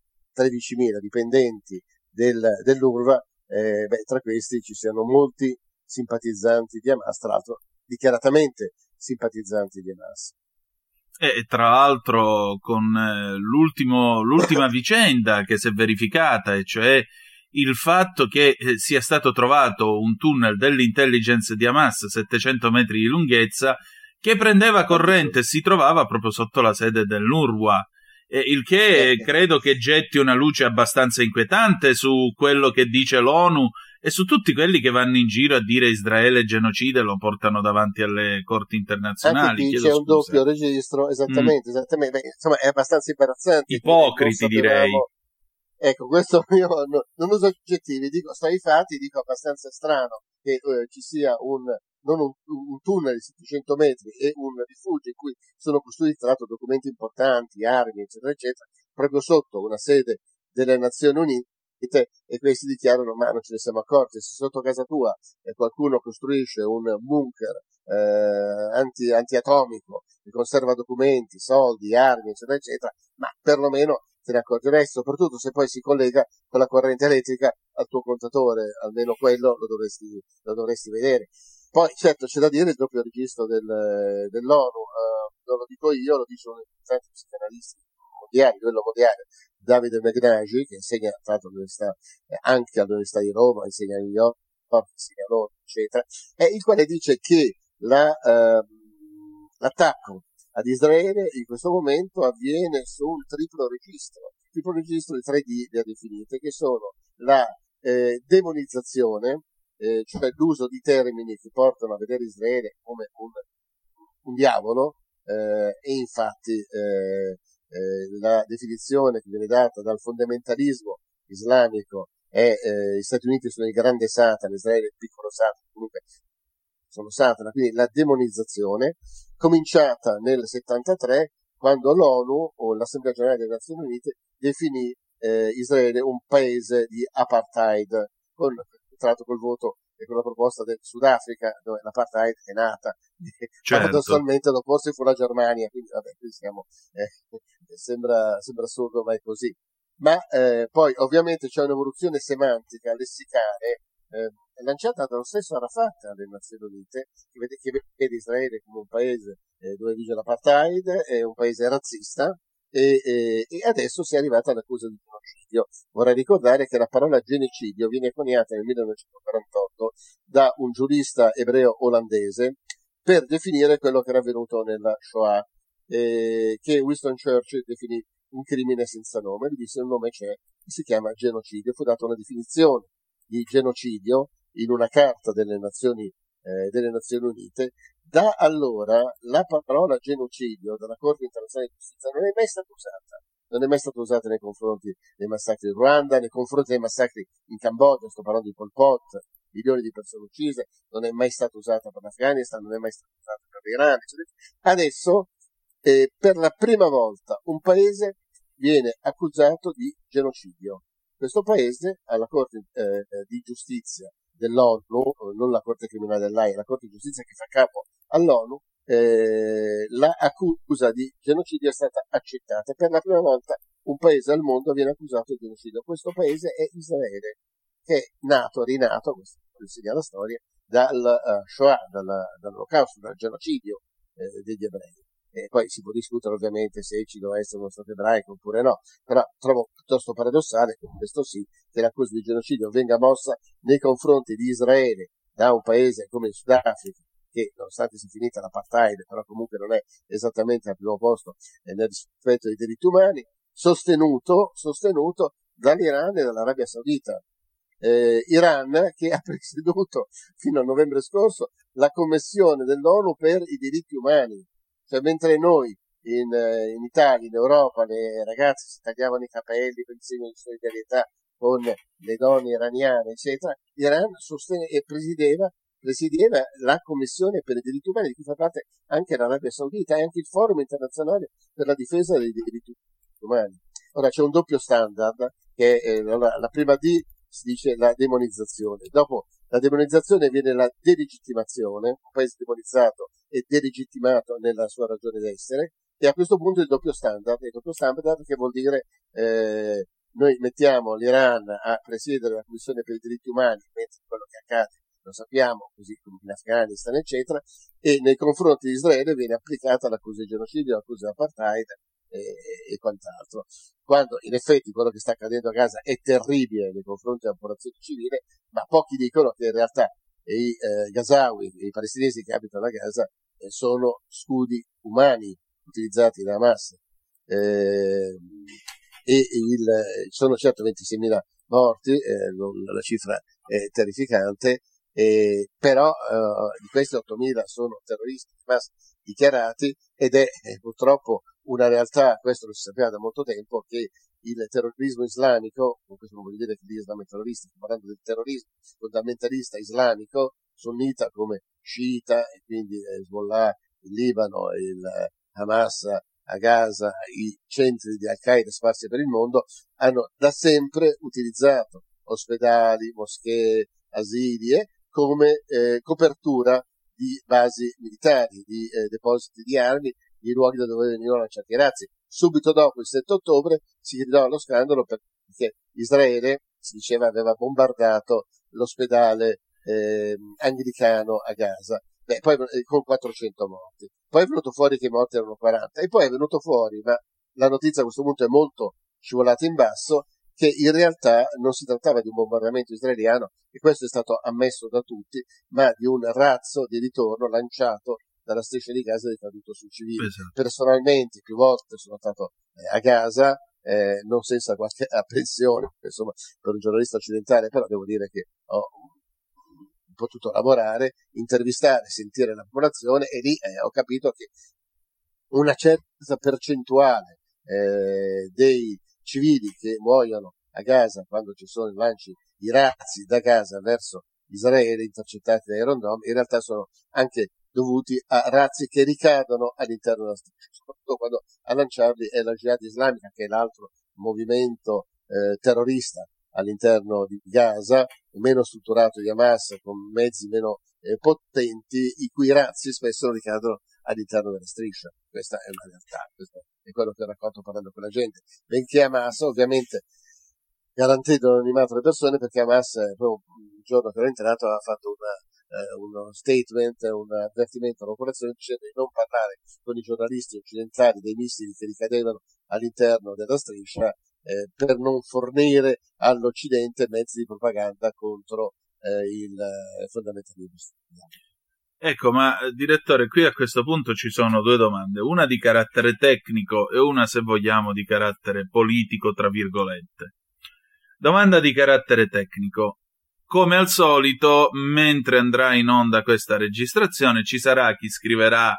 dipendenti del, dell'UNRWA, eh, beh, tra questi ci siano molti simpatizzanti di Hamas, tra l'altro dichiaratamente simpatizzanti di Hamas. E tra l'altro con eh, l'ultimo, l'ultima vicenda che si è verificata, e cioè il fatto che eh, sia stato trovato un tunnel dell'intelligence di Hamas, settecento metri di lunghezza, che prendeva corrente e si trovava proprio sotto la sede dell'UNRWA, eh, il che eh, credo che getti una luce abbastanza inquietante su quello che dice l'ONU e su tutti quelli che vanno in giro a dire Israele genocide, lo portano davanti alle corti internazionali. Anche qui c'è un doppio registro, esattamente, mm. esattamente. Beh, insomma, è abbastanza imbarazzante. Ipocriti, direi. Ecco, questo io no, non uso aggettivi, dico, sto ai fatti, dico abbastanza strano che eh, ci sia un, non un, un tunnel di settecento metri e un rifugio in cui sono costruiti, tra l'altro, documenti importanti, armi, eccetera, eccetera, proprio sotto una sede delle Nazioni Unite, e questi dichiarano: ma non ce ne siamo accorti, se sotto casa tua eh, qualcuno costruisce un bunker eh, anti, antiatomico che conserva documenti, soldi, armi, eccetera, eccetera, ma perlomeno te ne accorgerai, soprattutto se poi si collega con la corrente elettrica al tuo contatore, almeno quello lo dovresti, lo dovresti vedere. Poi certo c'è da dire il doppio registro del, dell'ONU, eh, non lo dico io, lo dice un importante psicanalista mondiale, livello mondiale, Davide Meghnagi, che insegna tra l'altro all'università, eh, anche all'Università di Roma, insegna a New York, insegna a Londra, eccetera, e il quale dice che la, ehm, l'attacco ad Israele in questo momento avviene su un triplo registro, il triplo registro di tre D le ha definite, che sono la eh, demonizzazione, eh, cioè l'uso di termini che portano a vedere Israele come un, un diavolo, eh, e infatti eh, eh, la definizione che viene data dal fondamentalismo islamico è eh, gli Stati Uniti sono il grande Satana, Israele è il piccolo Satana, comunque sono Satana, quindi la demonizzazione, cominciata nel settantatré, quando l'ONU o l'Assemblea Generale delle Nazioni Unite definì eh, Israele un paese di apartheid, con, tra l'altro col voto e con la proposta del Sudafrica, dove l'apartheid è nata, certo. paradossalmente dopo si fu la Germania, quindi vabbè, qui siamo, eh, sembra, sembra assurdo, ma è così. Ma eh, poi ovviamente c'è un'evoluzione semantica, lessicale, eh, lanciata dallo stesso Arafat alle Nazioni Unite, che vede, che vede Israele come un paese eh, dove vige l'apartheid, è un paese razzista, e, e, e adesso si è arrivata all'accusa di genocidio. Vorrei ricordare che la parola genocidio viene coniata nel millenovecentoquarantotto da un giurista ebreo olandese per definire quello che era avvenuto nella Shoah, eh, che Winston Churchill definì un crimine senza nome. Lui disse: un nome c'è, si chiama genocidio. Fu data una definizione di genocidio in una carta delle Nazioni, eh, delle Nazioni Unite. Da allora la parola genocidio dalla Corte internazionale di giustizia non è mai stata usata. Non è mai stata usata nei confronti dei massacri in Ruanda, nei confronti dei massacri in Cambogia, sto parlando di Pol Pot, milioni di persone uccise, non è mai stata usata per l'Afghanistan, non è mai stata usata per l'Iran, eccetera. Adesso, eh, per la prima volta, un paese viene accusato di genocidio. Questo paese, alla Corte eh, di giustizia dell'ONU, non la Corte criminale dell'A I A, la Corte di giustizia che fa capo all'ONU, eh, l'accusa di genocidio è stata accettata. Per la prima volta un paese al mondo viene accusato di genocidio. Questo paese è Israele, che è nato, rinato, questo insegna la storia, dal uh, Shoah, dalla, dall'olocausto, dal genocidio eh, degli ebrei. E poi si può discutere ovviamente se ci doveva essere uno Stato ebraico oppure no, però trovo piuttosto paradossale, con questo sì, che l'accusa di genocidio venga mossa nei confronti di Israele da un paese come il Sudafrica, che nonostante sia finita l'apartheid, però comunque non è esattamente al primo posto eh, nel rispetto dei diritti umani, sostenuto, sostenuto dall'Iran e dall'Arabia Saudita. Eh, Iran che ha presieduto fino a novembre scorso la Commissione dell'ONU per i diritti umani. Cioè, mentre noi in, in Italia, in Europa, le ragazze si tagliavano i capelli per il segno di solidarietà con le donne iraniane, eccetera, l'Iran sostenne e presiedeva, presiedeva la Commissione per i diritti umani, di cui fa parte anche l'Arabia Saudita e anche il Forum internazionale per la difesa dei diritti umani. Ora c'è un doppio standard, che è, eh, la, la prima D si dice la demonizzazione, dopo la demonizzazione viene la delegittimazione, un paese demonizzato e delegittimato nella sua ragione d'essere, e a questo punto il doppio standard, il doppio standard che vuol dire eh, noi mettiamo l'Iran a presiedere la Commissione per i diritti umani, mentre quello che accade lo sappiamo, così come in Afghanistan, eccetera, e nei confronti di Israele viene applicata l'accusa di genocidio, l'accusa di apartheid e, e quant'altro. Quando in effetti quello che sta accadendo a Gaza è terribile nei confronti della popolazione civile, ma pochi dicono che in realtà i eh, Gazawi, i palestinesi che abitano a Gaza, eh, sono scudi umani utilizzati da Hamas. Eh, e il, sono certo ventiseimila morti, eh, non, la cifra è terrificante, eh, però eh, di questi ottomila sono terroristi Hamas dichiarati, ed è eh, purtroppo una realtà, questo lo si sapeva da molto tempo, che il terrorismo islamico, con questo non voglio dire che l'Islam è terrorista, sto parlando del terrorismo fondamentalista islamico, sunnita come sciita, e quindi Hezbollah, il Libano, il Hamas a Gaza, i centri di Al-Qaeda sparsi per il mondo, hanno da sempre utilizzato ospedali, moschee, asili eh, come eh, copertura di basi militari, di eh, depositi di armi, di luoghi da dove venivano lanciati i razzi. Subito dopo il sette ottobre si gridò allo scandalo perché Israele, si diceva, aveva bombardato l'ospedale eh, anglicano a Gaza. Beh, poi eh, con quattrocento morti. Poi è venuto fuori che i morti erano quaranta, e poi è venuto fuori, ma la notizia a questo punto è molto scivolata in basso, che in realtà non si trattava di un bombardamento israeliano, e questo è stato ammesso da tutti, ma di un razzo di ritorno lanciato dalla striscia di Gaza di caduto sui civili. Esatto. Personalmente più volte sono stato eh, a Gaza, eh, non senza qualche apprensione, insomma, per un giornalista occidentale, però devo dire che ho potuto lavorare, intervistare, sentire la popolazione, e lì eh, ho capito che una certa percentuale eh, dei civili che muoiono a Gaza quando ci sono i lanci di razzi da Gaza verso Israele intercettati dai Iron Dome in realtà sono anche dovuti a razzi che ricadono all'interno della striscia, soprattutto quando a lanciarli è la Jihad islamica, che è l'altro movimento eh, terrorista all'interno di Gaza, meno strutturato di Hamas, con mezzi meno eh, potenti, i cui razzi spesso ricadono all'interno della striscia. Questa è una realtà, questo è quello che racconto parlando con la gente, benché Hamas ovviamente garantendo l'anonimato alle persone, perché Hamas eh, proprio il giorno che ero entrato ha fatto una, eh, uno statement, un avvertimento alla popolazione dicendo di non parlare con i giornalisti occidentali dei missili che ricadevano all'interno della striscia, eh, per non fornire all'Occidente mezzi di propaganda contro eh, il eh, fondamentalismo islamico. Ecco, ma direttore, qui a questo punto ci sono due domande, una di carattere tecnico e una, se vogliamo, di carattere politico, tra virgolette. Domanda di carattere tecnico. Come al solito, mentre andrà in onda questa registrazione, ci sarà chi scriverà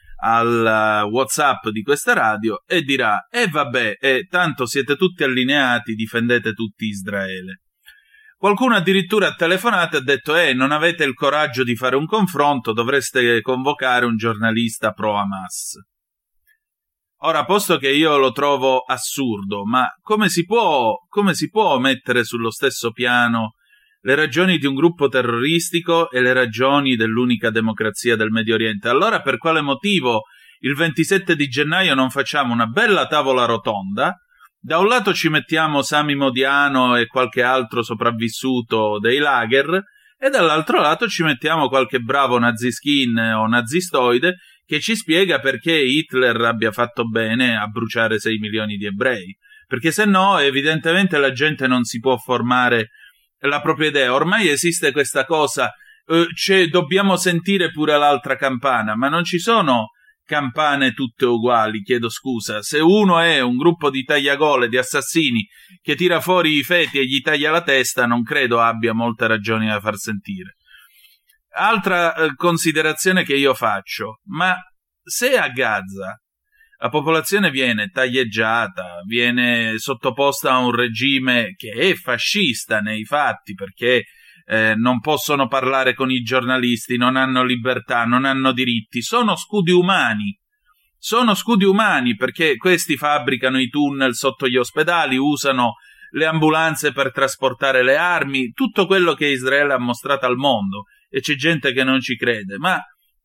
al WhatsApp di questa radio e dirà «Eh vabbè, eh, tanto siete tutti allineati, difendete tutti Israele». Qualcuno addirittura ha telefonato e ha detto «Eh, non avete il coraggio di fare un confronto, dovreste convocare un giornalista pro Hamas». Ora, posto che io lo trovo assurdo, ma come si può, come si può mettere sullo stesso piano le ragioni di un gruppo terroristico e le ragioni dell'unica democrazia del Medio Oriente? Allora, per quale motivo il ventisette di gennaio non facciamo una bella tavola rotonda? Da un lato ci mettiamo Sami Modiano e qualche altro sopravvissuto dei lager, e dall'altro lato ci mettiamo qualche bravo naziskin o nazistoide che ci spiega perché Hitler abbia fatto bene a bruciare sei milioni di ebrei. Perché se no, evidentemente la gente non si può formare la propria idea. Ormai esiste questa cosa, eh, cioè, dobbiamo sentire pure l'altra campana, ma non ci sono campane tutte uguali, chiedo scusa. Se uno è un gruppo di tagliagole, di assassini, che tira fuori i feti e gli taglia la testa, non credo abbia molte ragioni da far sentire. Altra eh, considerazione che io faccio, ma se a Gaza la popolazione viene taglieggiata, viene sottoposta a un regime che è fascista nei fatti, perché eh, non possono parlare con i giornalisti, non hanno libertà, non hanno diritti, sono scudi umani, sono scudi umani perché questi fabbricano i tunnel sotto gli ospedali, usano le ambulanze per trasportare le armi, tutto quello che Israele ha mostrato al mondo, e c'è gente che non ci crede, ma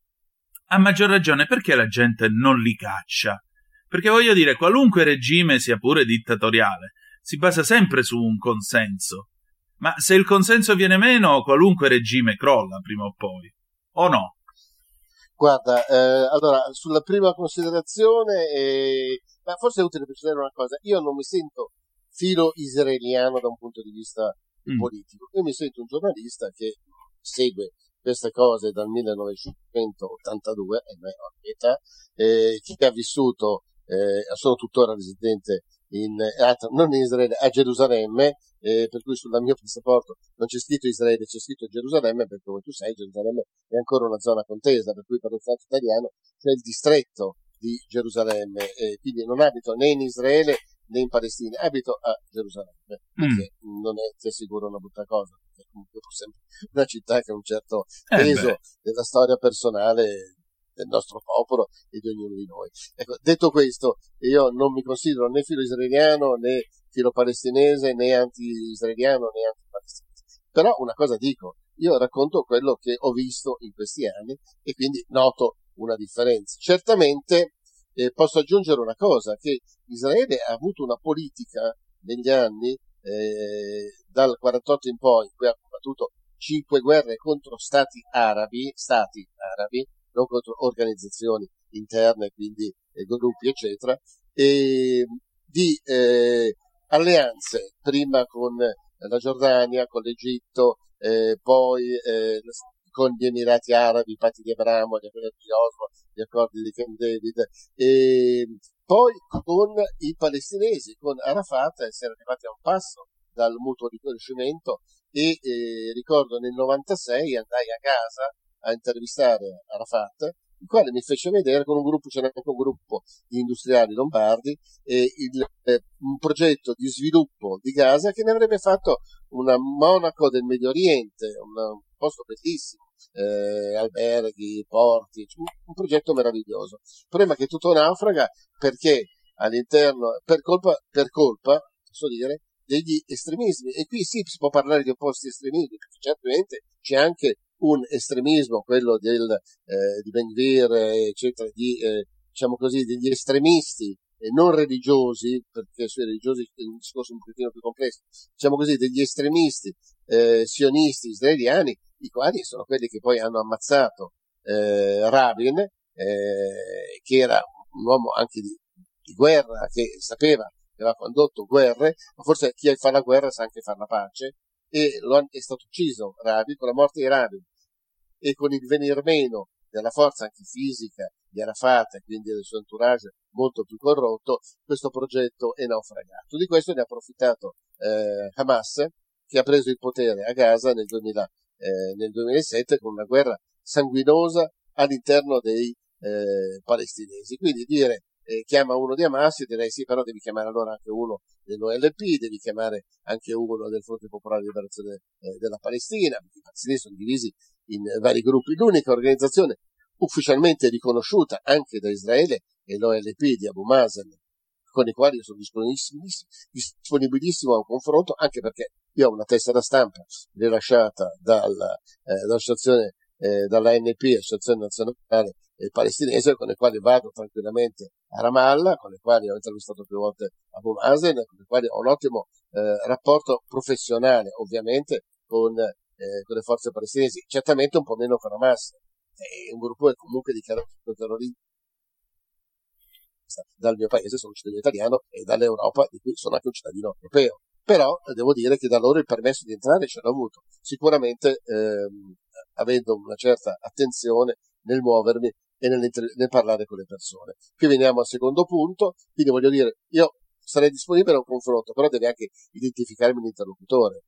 a maggior ragione perché la gente non li caccia? Perché voglio dire, qualunque regime, sia pure dittatoriale, si basa sempre su un consenso, ma se il consenso viene meno, qualunque regime crolla prima o poi, o no? Guarda, eh, allora, sulla prima considerazione, eh, ma forse è utile precisare una cosa, io non mi sento filo israeliano da un punto di vista mm. politico, io mi sento un giornalista che segue queste cose dal millenovecentottantadue, e me ho età, eh, che ha vissuto, eh, sono tuttora residente in, non in Israele, a Gerusalemme, eh, per cui sul mio passaporto non c'è scritto Israele, c'è scritto Gerusalemme, perché come tu sai Gerusalemme è ancora una zona contesa, per cui per lo Stato italiano c'è il distretto di Gerusalemme, eh, quindi non abito né in Israele né in Palestina, abito a Gerusalemme, perché mm. non è, ti assicuro, una brutta cosa, perché comunque è sempre una città che ha un certo peso eh della storia personale del nostro popolo e di ognuno di noi. Ecco, detto questo, io non mi considero né filo israeliano né filo palestinese né anti-israeliano né anti-palestinese, però una cosa dico, io racconto quello che ho visto in questi anni e quindi noto una differenza. Certamente eh, posso aggiungere una cosa, che Israele ha avuto una politica negli anni eh, dal quarantotto in poi, in cui ha combattuto cinque guerre contro stati arabi, stati arabi, non contro organizzazioni interne, quindi eh, gruppi eccetera, e di eh, alleanze, prima con la Giordania, con l'Egitto, eh, poi eh, con gli Emirati Arabi, i patti di Abramo, gli accordi di Oslo, gli accordi di Camp David, e poi con i palestinesi, con Arafat, si era arrivati a un passo dal mutuo riconoscimento e eh, ricordo nel novantasei andai a Gaza a intervistare Arafat, il quale mi fece vedere con un gruppo, c'era anche un gruppo di industriali lombardi, eh, il, eh, un progetto di sviluppo di Gaza che ne avrebbe fatto una Monaco del Medio Oriente, una, un posto bellissimo, eh, alberghi, porti, un, un progetto meraviglioso. Il problema è che tutto naufraga perché all'interno, per colpa, per colpa, posso dire, degli estremismi, e qui sì si può parlare di opposti estremismi, perché certamente c'è anche un estremismo, quello del, eh, di Ben Gvir, eccetera, di, eh, diciamo così, degli estremisti eh, non religiosi, perché sui religiosi è un discorso un pochettino più complesso, diciamo così, degli estremisti eh, sionisti israeliani, i quali sono quelli che poi hanno ammazzato eh, Rabin, eh, che era un uomo anche di, di guerra, che sapeva che aveva condotto guerre, ma forse chi fa la guerra sa anche fare la pace, e lo è stato ucciso Rabin con la morte di Rabin e con il venir meno della forza anche fisica di Arafat e quindi del suo entourage molto più corrotto, questo progetto è naufragato. Di questo ne ha approfittato eh, Hamas, che ha preso il potere a Gaza nel, duemila, eh, nel duemilasette con una guerra sanguinosa all'interno dei eh, palestinesi. Quindi dire eh, chiama uno di Hamas, io direi sì, però devi chiamare allora anche uno dell'O L P, devi chiamare anche uno del Fronte Popolare di Liberazione eh, della Palestina, perché i palestinesi sono divisi in vari gruppi. L'unica organizzazione ufficialmente riconosciuta anche da Israele è l'O L P di Abu Mazen, con i quali io sono disponibilissimo, disponibilissimo a un confronto, anche perché io ho una tessera stampa rilasciata dalla, eh, dall'associazione, eh, dalla A N P, Associazione Nazionale eh, Palestinese, con le quali vado tranquillamente a Ramallah, con le quali ho intervistato più volte Abu Mazen, con le quali ho un ottimo eh, rapporto professionale, ovviamente, con, eh, con le forze palestinesi, certamente un po' meno con Hamas. È un gruppo che comunque dichiarato terrorista dal mio paese, sono un cittadino italiano, e dall'Europa, di cui sono anche un cittadino europeo. Però devo dire che da loro il permesso di entrare ce l'ho avuto, sicuramente ehm, avendo una certa attenzione nel muovermi e nel, nel parlare con le persone. Qui veniamo al secondo punto, quindi voglio dire, io sarei disponibile a un confronto, però deve anche identificarmi l'interlocutore.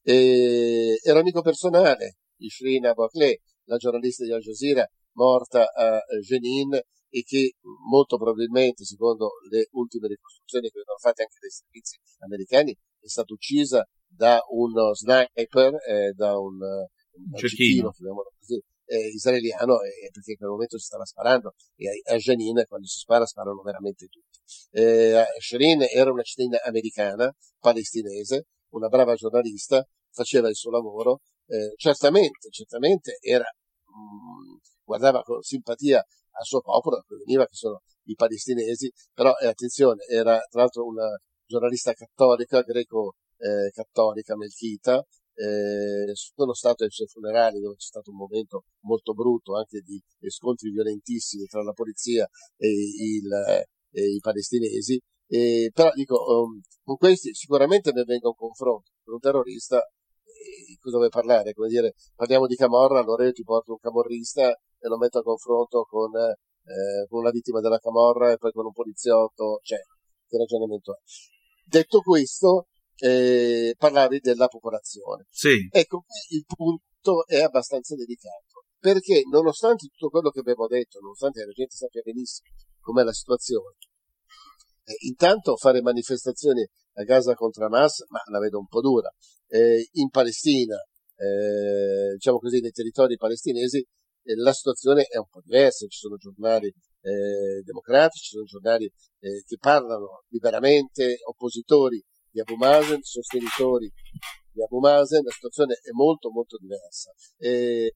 E, era amico personale di Shirin Abu Akleh, la giornalista di Al Jazeera, morta a Jenin, e che molto probabilmente, secondo le ultime ricostruzioni che vengono fatte anche dai servizi americani, è stata uccisa da uno sniper, eh, da un, un cecchino, chiamiamolo così, eh, israeliano, eh, perché in quel momento si stava sparando, e a, a Jenin quando si spara sparano veramente tutti. Eh, Shirin era una cittadina americana, palestinese, una brava giornalista, faceva il suo lavoro, eh, certamente, certamente era, mh, guardava con simpatia al suo popolo, da cui veniva, che sono i palestinesi, però eh, attenzione, era tra l'altro una giornalista cattolica, greco-cattolica, eh, melchita. Eh, sono stato ai suoi funerali, dove c'è stato un momento molto brutto, anche di scontri violentissimi tra la polizia e, il, eh, e i palestinesi. Eh, però dico, um, con questi sicuramente ne venga un confronto. Per un terrorista, eh, cosa vuoi parlare? Come dire, parliamo di camorra, allora io ti porto un camorrista e lo metto a confronto con, eh, con una vittima della camorra e poi con un poliziotto, cioè, che ragionamento è? Detto questo, eh, parlavi della popolazione. Sì. Ecco, qui il punto è abbastanza delicato, perché nonostante tutto quello che abbiamo detto, nonostante la gente sappia benissimo com'è la situazione, eh, intanto fare manifestazioni a Gaza contro Hamas, ma la vedo un po' dura. Eh, in Palestina, eh, diciamo così, nei territori palestinesi, la situazione è un po' diversa, ci sono giornali eh, democratici, ci sono giornali eh, che parlano liberamente, oppositori di Abu Mazen, sostenitori di Abu Mazen, la situazione è molto molto diversa. E,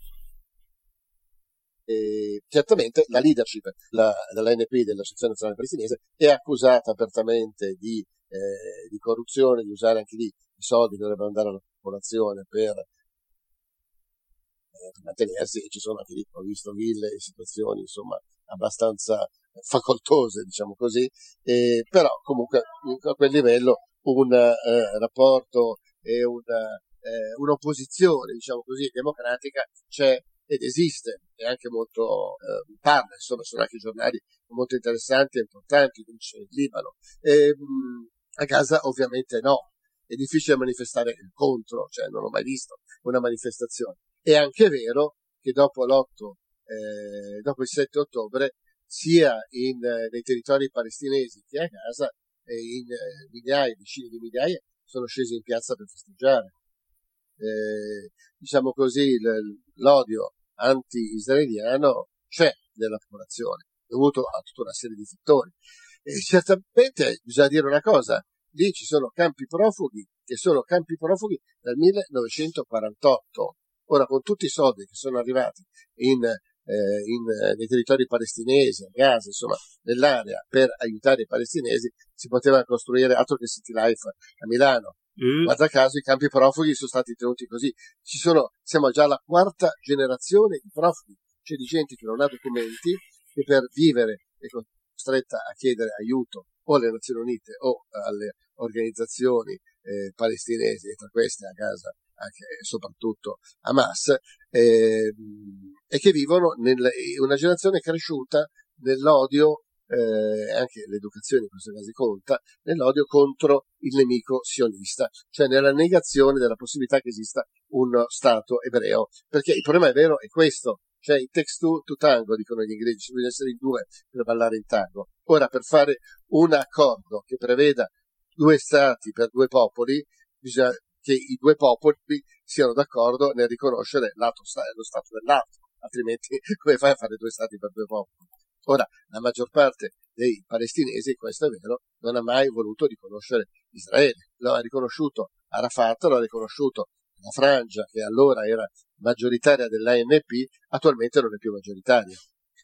e certamente la leadership la, dell'A N P, dell'Associazione Nazionale Palestinese, è accusata apertamente di, eh, di corruzione, di usare anche lì i soldi che dovrebbero andare alla popolazione per per mantenersi, e ci sono anche lì, ho visto ville e situazioni insomma abbastanza facoltose, diciamo così, eh, però comunque a quel livello un eh, rapporto e una, eh, un'opposizione, diciamo così, democratica c'è ed esiste, e anche molto eh, parla, insomma, sono anche giornali molto interessanti e importanti, come c'è il Libano. E, mh, a Gaza ovviamente no, è difficile manifestare contro, cioè non ho mai visto una manifestazione. È anche vero che dopo l'otto, eh, dopo il sette ottobre, sia in, nei territori palestinesi che a Gaza, eh, in eh, migliaia, decine di migliaia sono scesi in piazza per festeggiare. Eh, diciamo così, l'odio anti-israeliano c'è nella popolazione, dovuto a tutta una serie di fattori. E certamente bisogna dire una cosa, lì ci sono campi profughi che sono campi profughi dal millenovecentoquarantotto. Ora, con tutti i soldi che sono arrivati in, eh, in, nei territori palestinesi, a Gaza, insomma, nell'area, per aiutare i palestinesi, si poteva costruire altro che City Life a Milano. Mm. Guarda caso i campi profughi sono stati tenuti così. Ci sono, siamo già alla quarta generazione di profughi, cioè di gente che non ha documenti, che per vivere è costretta a chiedere aiuto o alle Nazioni Unite o alle organizzazioni eh, palestinesi, e tra queste a Gaza anche e soprattutto Hamas, eh, e che vivono in una generazione cresciuta nell'odio, eh, anche l'educazione in questo caso conta, nell'odio contro il nemico sionista, cioè nella negazione della possibilità che esista uno Stato ebreo, perché il problema è vero è questo, cioè i takes two to tango, dicono gli inglesi, bisogna essere in due per ballare in tango. Ora, per fare un accordo che preveda due stati per due popoli, bisogna che i due popoli siano d'accordo nel riconoscere l'altro sta- lo Stato dell'altro, altrimenti come fai a fare due stati per due popoli? Ora, la maggior parte dei palestinesi, questo è vero, non ha mai voluto riconoscere Israele, lo ha riconosciuto Arafat, lo ha riconosciuto la frangia che allora era maggioritaria dell'A N P, attualmente non è più maggioritaria.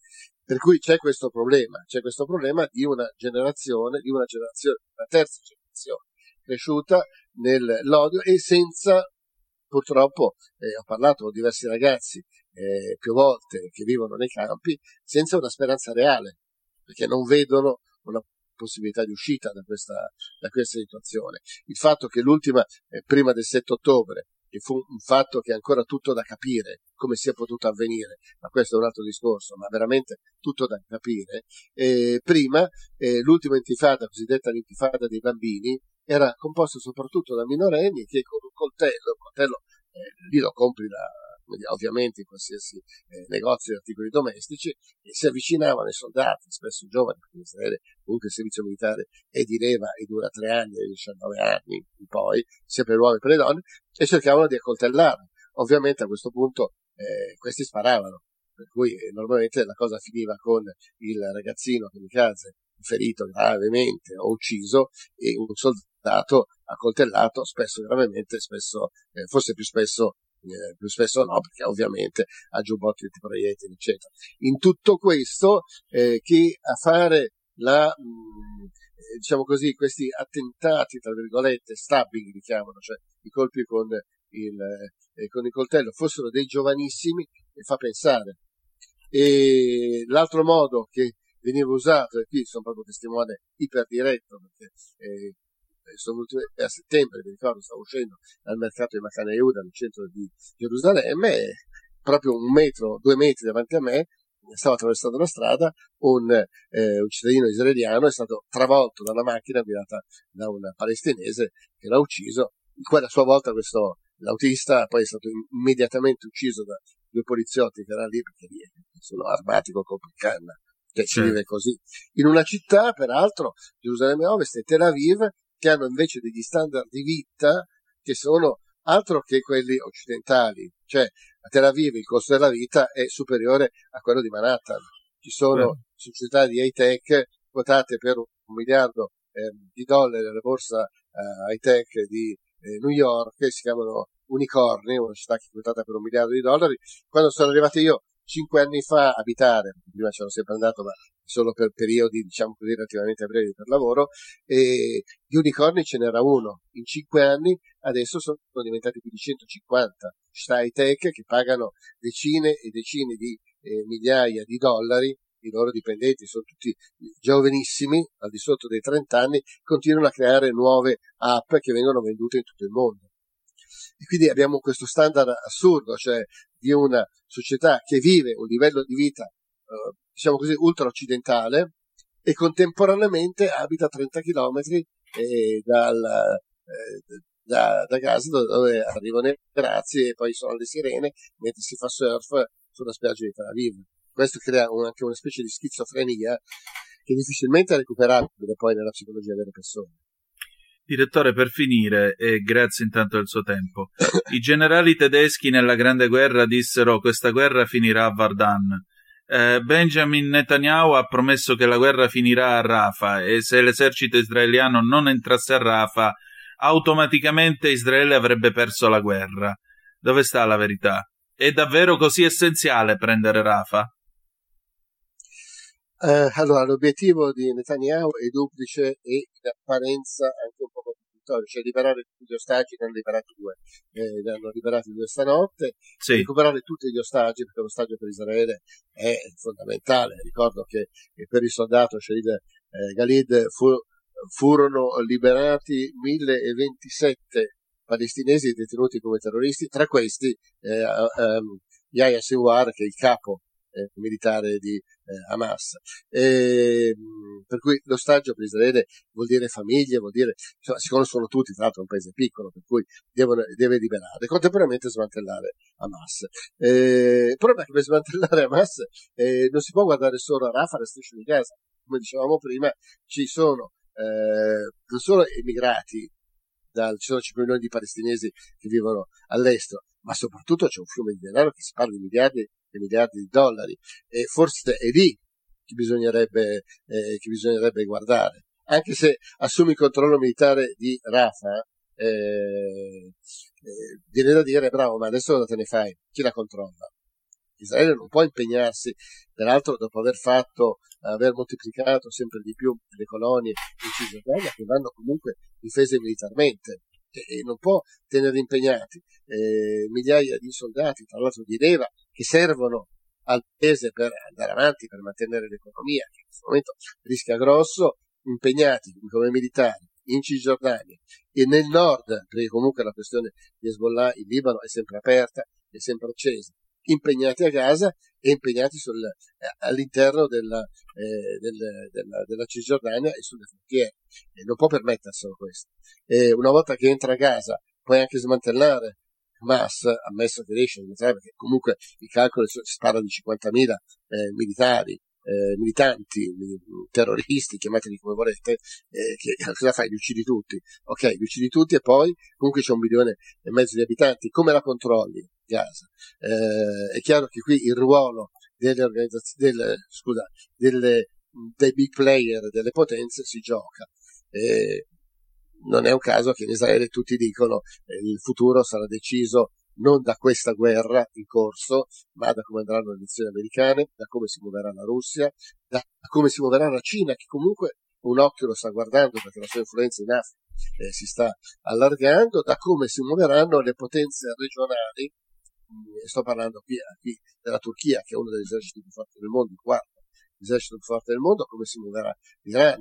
Per cui c'è questo problema, c'è questo problema di una generazione, di una generazione, una terza generazione, cresciuta nell'odio e senza, purtroppo, eh, ho parlato con diversi ragazzi eh, più volte che vivono nei campi, senza una speranza reale, perché non vedono una possibilità di uscita da questa, da questa situazione. Il fatto che l'ultima, eh, prima del sette ottobre, che fu un fatto che è ancora tutto da capire come sia potuto avvenire, ma questo è un altro discorso, ma veramente tutto da capire. Eh, prima, eh, l'ultima intifada, cosiddetta l'intifada dei bambini, era composta soprattutto da minorenni che con un coltello, un coltello eh, lì lo compri da, ovviamente in qualsiasi eh, negozio di articoli domestici, e si avvicinavano ai soldati, spesso giovani, perché in Israele comunque il servizio militare è di leva e dura tre anni, diciannove anni in poi, sia per gli uomini che per le donne, e cercavano di accoltellarli. Ovviamente a questo punto eh, questi sparavano, per cui eh, normalmente la cosa finiva con il ragazzino che mi case ferito gravemente o ucciso e un soldato accoltellato, spesso gravemente, spesso eh, forse più spesso Eh, più spesso no, perché ovviamente ha giubbotti di proiettili, eccetera. In tutto questo, eh, che a fare la, mh, eh, diciamo così, questi attentati, tra virgolette, stabbing li chiamano, cioè i colpi con il, eh, con il coltello, fossero dei giovanissimi, e fa pensare. E l'altro modo che veniva usato, e qui sono proprio testimone iperdiretto, perché eh, sono ultime, a settembre, mi ricordo, stavo uscendo dal mercato di Macane Yehuda nel centro di Gerusalemme, e proprio un metro, due metri davanti a me, stavo attraversando la strada, un, eh, un cittadino israeliano è stato travolto da una macchina guidata da un palestinese che l'ha ucciso. Poi a sua volta questo, l'autista, poi è stato immediatamente ucciso da due poliziotti che erano lì, perché lì sono armati con colpi di canna, che si vive così. In una città, peraltro, Gerusalemme Ovest e Tel Aviv, che hanno invece degli standard di vita che sono altro che quelli occidentali, cioè a Tel Aviv il costo della vita è superiore a quello di Manhattan, ci sono eh. società di high-tech quotate per un miliardo eh, di dollari alla borsa eh, high-tech di eh, New York, che si chiamano Unicorni, una città che è quotata per un miliardo di dollari. Quando sono arrivato io cinque anni fa a abitare, prima c'ero sempre andato, ma solo per periodi, diciamo così, relativamente brevi per lavoro, e di unicorni ce n'era uno. In cinque anni adesso sono diventati più di centocinquanta città high-tech che pagano decine e decine di eh, migliaia di dollari. I loro dipendenti sono tutti giovanissimi, al di sotto dei trenta anni, continuano a creare nuove app che vengono vendute in tutto il mondo. E quindi abbiamo questo standard assurdo, cioè di una società che vive un livello di vita, eh, diciamo così, ultra-occidentale, e contemporaneamente abita a trenta chilometri eh, dal, eh, da, da Gaza, dove arrivano i razzi e poi sono le sirene, mentre si fa surf sulla spiaggia di Tel Aviv. Questo crea un, anche una specie di schizofrenia che difficilmente è recuperabile poi nella psicologia delle persone. Direttore, per finire, e grazie intanto del suo tempo, i generali tedeschi nella Grande Guerra dissero: questa guerra finirà a Vardan. Eh, Benjamin Netanyahu ha promesso che la guerra finirà a Rafah, e se l'esercito israeliano non entrasse a Rafah, automaticamente Israele avrebbe perso la guerra. Dove sta la verità? È davvero così essenziale prendere Rafah? Eh, allora, l'obiettivo di Netanyahu è duplice e in apparenza anche un po' contraddittorio, cioè liberare tutti gli ostaggi. Ne hanno liberati due, eh, ne hanno liberati due stanotte, sì. Recuperare tutti gli ostaggi, perché l'ostaggio per Israele è fondamentale. Ricordo che per il soldato Shahid eh, Galid fu, furono liberati mille ventisette palestinesi detenuti come terroristi, tra questi eh, um, Yahya Sinwar, che è il capo eh, militare di eh, Hamas. E, per cui l'ostaggio per Israele vuol dire famiglie, vuol dire, insomma, si conoscono tutti, tra l'altro è un paese piccolo, per cui devono, deve liberare, contemporaneamente smantellare Hamas. Eh, il problema è che per smantellare Hamas eh, non si può guardare solo a Rafah, la striscia di Gaza. Come dicevamo prima, ci sono eh, non solo emigrati, da, ci sono cinque milioni di palestinesi che vivono all'estero, ma soprattutto c'è un fiume di denaro che si parla di miliardi e miliardi di dollari, e forse è lì che bisognerebbe, eh, che bisognerebbe guardare. Anche se assumi il controllo militare di Rafah, eh, eh, viene da dire: bravo, ma adesso cosa te ne fai? Chi la controlla? Israele non può impegnarsi, peraltro dopo aver fatto, aver moltiplicato sempre di più le colonie in Cisgiordania, che vanno comunque difese militarmente, e, e non può tenere impegnati eh, migliaia di soldati, tra l'altro di leva, che servono al paese per andare avanti, per mantenere l'economia, che in questo momento rischia grosso, impegnati come militari in Cisgiordania e nel nord, perché comunque la questione di Hezbollah in Libano è sempre aperta, è sempre accesa, impegnati a Gaza e impegnati sul, eh, all'interno della, eh, del, della, della Cisgiordania e sulle frontiere, e non può permetterselo questo. E una volta che entra a Gaza puoi anche smantellare Hamas, ammesso che riesce, perché comunque il calcolo si parla di cinquantamila eh, militari, eh, militanti, terroristi, chiamateli come volete, eh, che cosa fai? Li uccidi tutti? Ok, li uccidi tutti e poi comunque c'è un milione e mezzo di abitanti, come la controlli Gaza? Eh, è chiaro che qui il ruolo delle organizzazioni, delle, scusa, delle, dei big player, delle potenze si gioca. Eh, non è un caso che in Israele tutti dicono che eh, il futuro sarà deciso non da questa guerra in corso, ma da come andranno le elezioni americane, da come si muoverà la Russia, da come si muoverà la Cina, che comunque un occhio lo sta guardando perché la sua influenza in Africa eh, si sta allargando, da come si muoveranno le potenze regionali. Mh, sto parlando qui, qui della Turchia, che è uno degli eserciti più forti del mondo, il quarto l'esercito più forte del mondo, come si muoverà l'Iran.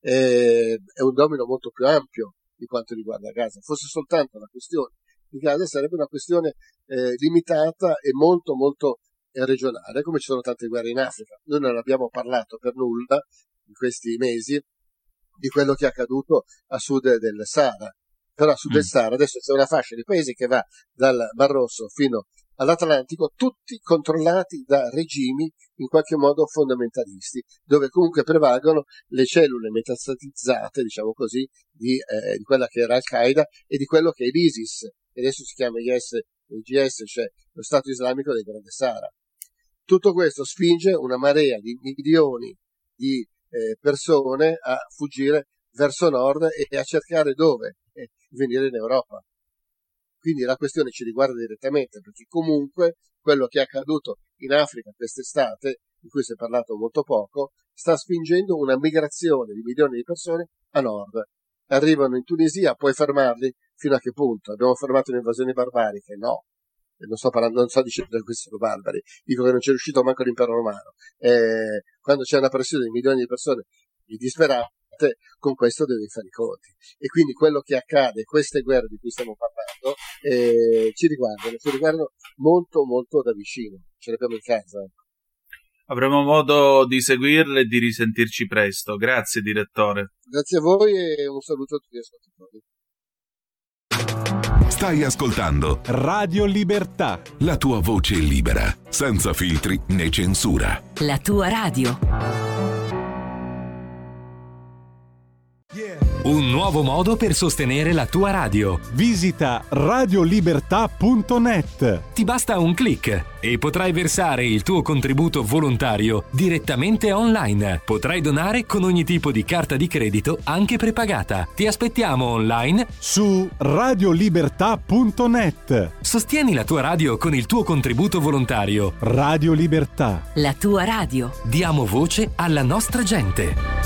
Eh, è un domino molto più ampio di quanto riguarda Gaza. Fosse soltanto la questione di Gaza, sarebbe una questione eh, limitata e molto molto eh, regionale, come ci sono tante guerre in Africa. Noi non abbiamo parlato per nulla in questi mesi di quello che è accaduto a sud del Sahara, però a sud del Sahara adesso c'è una fascia di paesi che va dal Mar Rosso fino all'Atlantico, tutti controllati da regimi in qualche modo fondamentalisti, dove comunque prevalgono le cellule metastatizzate, diciamo così, di, eh, di quella che era Al-Qaeda e di quello che è l'ISIS, che adesso si chiama I S, il G S, cioè lo Stato Islamico del Grande Sahara. Tutto questo spinge una marea di milioni di eh, persone a fuggire verso nord e a cercare dove? Eh, venire in Europa. Quindi la questione ci riguarda direttamente, perché comunque quello che è accaduto in Africa quest'estate, di cui si è parlato molto poco, sta spingendo una migrazione di milioni di persone a nord. Arrivano in Tunisia, puoi fermarli fino a che punto? Abbiamo fermato le invasioni barbariche? No. Non sto parlando, non sto dicendo che questi sono barbari, dico che non c'è riuscito manco l'impero romano. Eh, quando c'è una pressione di milioni di persone disperate, con questo devi fare i conti. E quindi quello che accade, queste guerre di cui stiamo parlando, ascoltando eh, ci riguardano, ci riguardano molto molto da vicino, ce le abbiamo in casa. Avremo modo di seguirle e di risentirci presto. Grazie direttore. Grazie a voi e un saluto a tutti gli ascoltatori. Stai ascoltando Radio Libertà, la tua voce libera, senza filtri né censura. La tua radio. Un nuovo modo per sostenere la tua radio. Visita radiolibertà punto net. Ti basta un click e potrai versare il tuo contributo volontario direttamente online. Potrai donare con ogni tipo di carta di credito, anche prepagata. Ti aspettiamo online su radiolibertà punto net. Sostieni la tua radio con il tuo contributo volontario. Radio Libertà. La tua radio. Diamo voce alla nostra gente.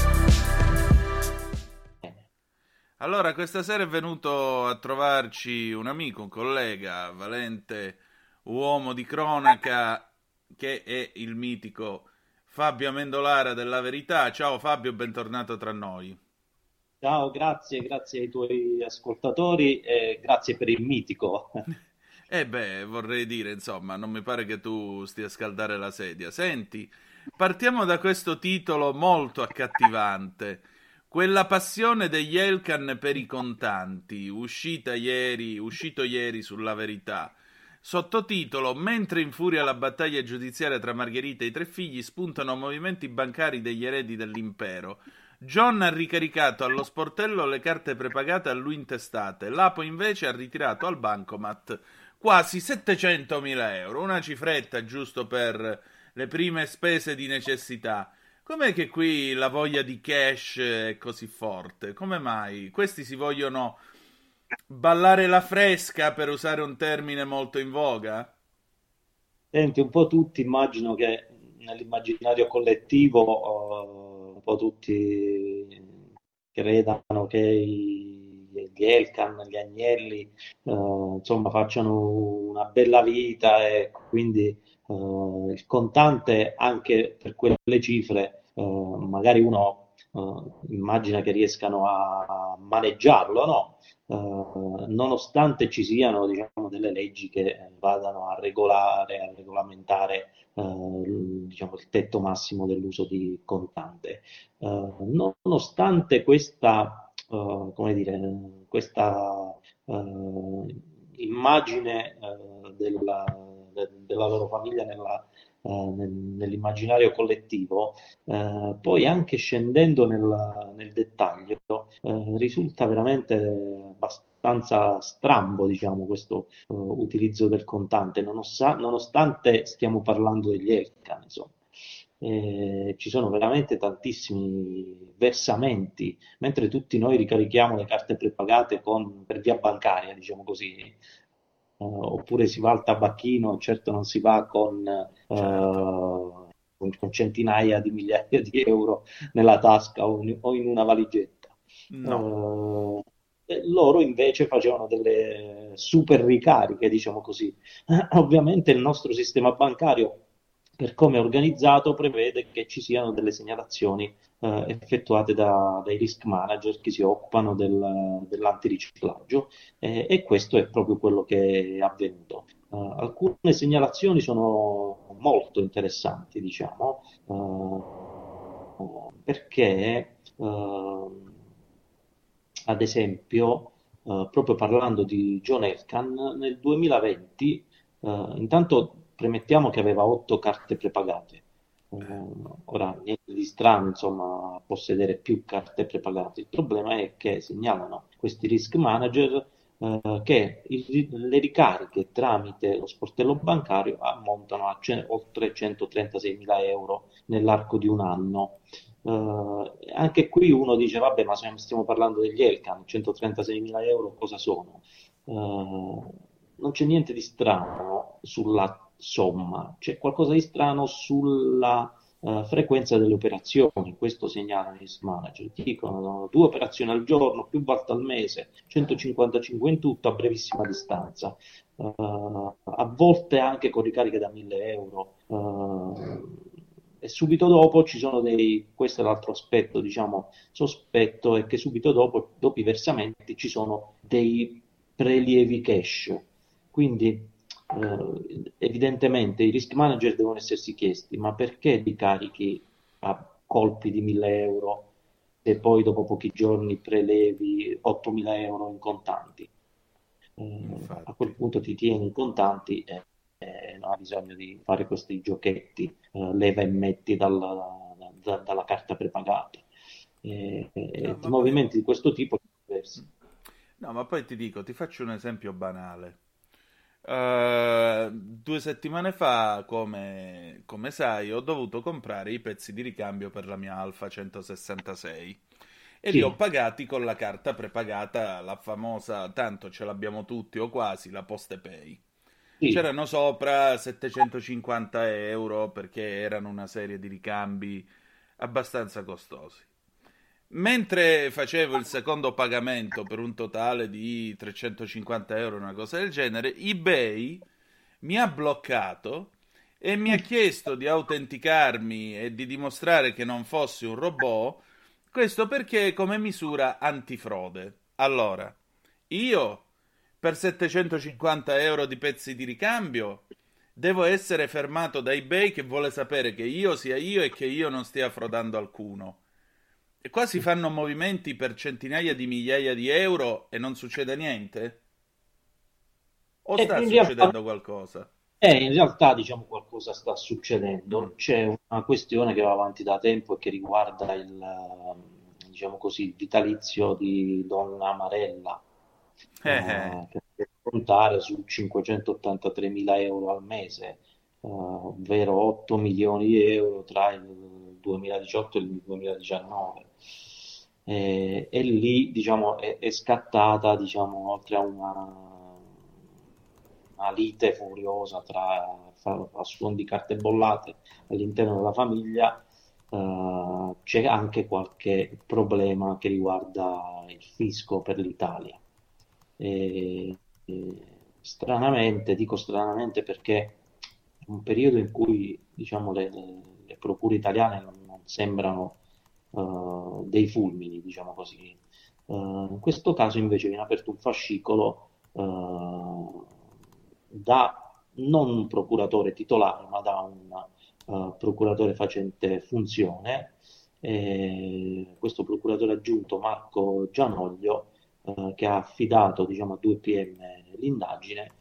Allora, questa sera è venuto a trovarci un amico, un collega, valente uomo di cronaca, che è il mitico Fabio Amendolara della Verità. Ciao Fabio, bentornato tra noi. Ciao, grazie, grazie ai tuoi ascoltatori e grazie per il mitico. Eh beh, vorrei dire, insomma, non mi pare che tu stia a scaldare la sedia. Senti, partiamo da questo titolo molto accattivante. Quella passione degli Elkann per i contanti, uscita ieri, uscito ieri sulla Verità. Sottotitolo: mentre infuria la battaglia giudiziaria tra Margherita e i tre figli, spuntano movimenti bancari degli eredi dell'impero. John ha ricaricato allo sportello le carte prepagate a lui intestate. Lapo invece ha ritirato al bancomat quasi settecentomila euro, una cifretta giusto per le prime spese di necessità. Com'è che qui la voglia di cash è così forte? Come mai? Questi si vogliono ballare la fresca, per usare un termine molto in voga? Senti, un po' tutti immagino che nell'immaginario collettivo uh, un po' tutti credano che i, gli Elkann, gli agnelli uh, insomma facciano una bella vita e quindi Uh, il contante anche per quelle cifre uh, magari uno uh, immagina che riescano a maneggiarlo, no? Uh, nonostante ci siano, diciamo, delle leggi che vadano a regolare, a regolamentare uh, diciamo, il tetto massimo dell'uso di contante. Uh, nonostante questa, uh, come dire, questa uh, immagine uh, della della loro famiglia nella, uh, nel, nell'immaginario collettivo, uh, poi anche scendendo nel, nel dettaglio uh, risulta veramente abbastanza strambo, diciamo, questo uh, utilizzo del contante, nonossa- nonostante stiamo parlando degli Elkann, insomma. Eh, ci sono veramente tantissimi versamenti, mentre tutti noi ricarichiamo le carte prepagate con, per via bancaria, diciamo così. Uh, oppure si va al tabacchino, certo non si va con, uh, con, con centinaia di migliaia di euro nella tasca o in, o in una valigetta. No. Uh, loro invece facevano delle super ricariche, diciamo così. Uh, ovviamente il nostro sistema bancario, per come è organizzato, prevede che ci siano delle segnalazioni eh, effettuate da, dai risk manager che si occupano del, dell'antiriciclaggio eh, e questo è proprio quello che è avvenuto. Uh, alcune segnalazioni sono molto interessanti, diciamo, uh, perché uh, ad esempio, uh, proprio parlando di John Elkann, nel duemilaventi, uh, intanto premettiamo che aveva otto carte prepagate. Uh, ora, niente di strano, insomma, possedere più carte prepagate. Il problema è che segnalano questi risk manager uh, che il, le ricariche tramite lo sportello bancario ammontano a ce- oltre centotrentasei mila euro nell'arco di un anno. Uh, anche qui uno dice, vabbè, ma se stiamo parlando degli Elkann, centotrentasei mila euro cosa sono? Uh, non c'è niente di strano sulla somma, c'è qualcosa di strano sulla uh, frequenza delle operazioni. Questo segnalano i risk manager, dicono due operazioni al giorno, più volte al mese, centocinquantacinque in tutto a brevissima distanza, uh, a volte anche con ricariche da mille euro, uh, e subito dopo ci sono dei, questo è l'altro aspetto, diciamo, sospetto, è che subito dopo, dopo i versamenti ci sono dei prelievi cash. Quindi eh, evidentemente i risk manager devono essersi chiesti: ma perché li carichi a colpi di mille euro e poi dopo pochi giorni prelevi ottomila euro in contanti? Eh, a quel punto ti tieni i contanti e, e non ha bisogno di fare questi giochetti, eh, leva e metti dalla, da, dalla carta prepagata. E, e No, movimenti poi... di questo tipo sono diversi. No, ma poi ti dico, ti faccio un esempio banale. Uh, due settimane fa, come, come sai, ho dovuto comprare i pezzi di ricambio per la mia Alfa centosessantasei e Sì. li ho pagati con la carta prepagata, la famosa, tanto ce l'abbiamo tutti o quasi, la Postepay. Sì. C'erano sopra settecentocinquanta euro perché erano una serie di ricambi abbastanza costosi. Mentre facevo il secondo pagamento per un totale di trecentocinquanta euro, una cosa del genere, eBay mi ha bloccato e mi ha chiesto di autenticarmi e di dimostrare che non fossi un robot, questo perché come misura antifrode. Allora, io per settecentocinquanta euro di pezzi di ricambio devo essere fermato da eBay che vuole sapere che io sia io e che io non stia frodando alcuno. E qua si fanno movimenti per centinaia di migliaia di euro e non succede niente? O E sta in succedendo realtà, qualcosa? eh, in realtà diciamo qualcosa sta succedendo. Mm. C'è una questione che va avanti da tempo e che riguarda il, eh, diciamo così, il vitalizio di Donna Marella, Eh, eh. eh, che deve contare su cinquecentottantatremila euro al mese, eh, ovvero otto milioni di euro tra il duemiladiciotto e il duemiladiciannove. E, e lì diciamo, è, è scattata, diciamo, oltre a una, una lite furiosa tra a suon di carte bollate all'interno della famiglia, eh, c'è anche qualche problema che riguarda il fisco per l'Italia. E, e, stranamente, dico stranamente perché è un periodo in cui diciamo, le, le procure italiane non, non sembrano uh, dei fulmini, diciamo così. Uh, in questo caso invece viene aperto un fascicolo uh, da non un procuratore titolare, ma da un uh, procuratore facente funzione. E questo procuratore aggiunto, Marco Gianoglio, Uh, che ha affidato diciamo, a due P M l'indagine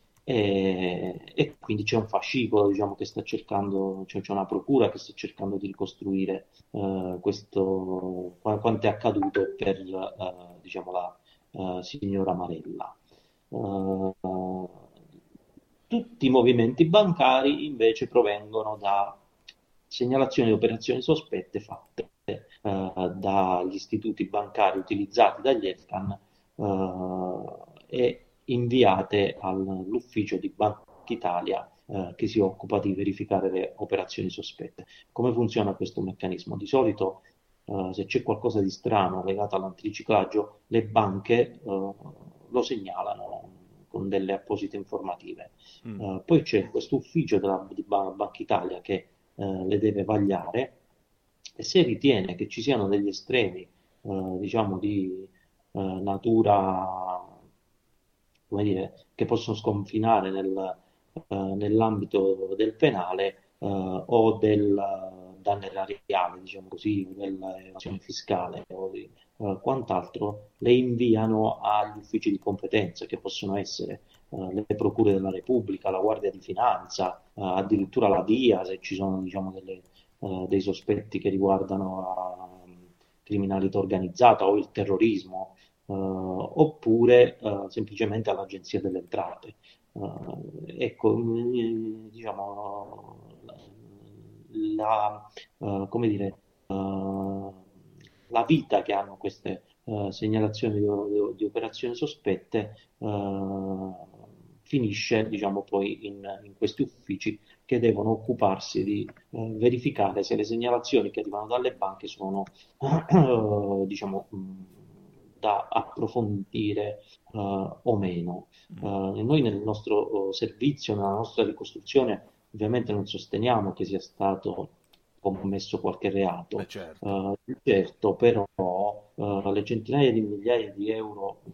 e, e quindi c'è un fascicolo diciamo, che sta cercando, cioè c'è una procura che sta cercando di ricostruire uh, questo, quanto è accaduto per uh, diciamo, la uh, signora Marella. Uh, tutti i movimenti bancari invece provengono da segnalazioni di operazioni sospette fatte Uh, dagli istituti bancari utilizzati dagli Elkan uh, e inviate all'ufficio di Banca Italia uh, che si occupa di verificare le operazioni sospette. Come funziona questo meccanismo? Di solito uh, se c'è qualcosa di strano legato all'antiriciclaggio, le banche uh, lo segnalano con delle apposite informative. Mm. Uh, poi c'è questo ufficio della, di Banca Italia che uh, le deve vagliare. E se ritiene che ci siano degli estremi, eh, diciamo, di eh, natura, come dire, che possono sconfinare nel, eh, nell'ambito del penale eh, o del danno erariale, diciamo così, dell'evasione fiscale o di eh, quant'altro, le inviano agli uffici di competenza, che possono essere eh, le procure della Repubblica, la Guardia di Finanza, eh, addirittura la D I A, se ci sono, diciamo, delle Uh, dei sospetti che riguardano la criminalità organizzata o il terrorismo, uh, oppure uh, semplicemente all'Agenzia delle Entrate. Uh, ecco, diciamo, la, uh, come dire, uh, la vita che hanno queste uh, segnalazioni di, di, di operazioni sospette uh, finisce, diciamo, poi in, in questi uffici che devono occuparsi di eh, verificare se le segnalazioni che arrivano dalle banche sono eh, diciamo mh, da approfondire eh, o meno. Uh, noi nel nostro uh, servizio, nella nostra ricostruzione, ovviamente non sosteniamo che sia stato commesso qualche reato. Beh, certo. Uh, certo, però uh, le centinaia di migliaia di euro che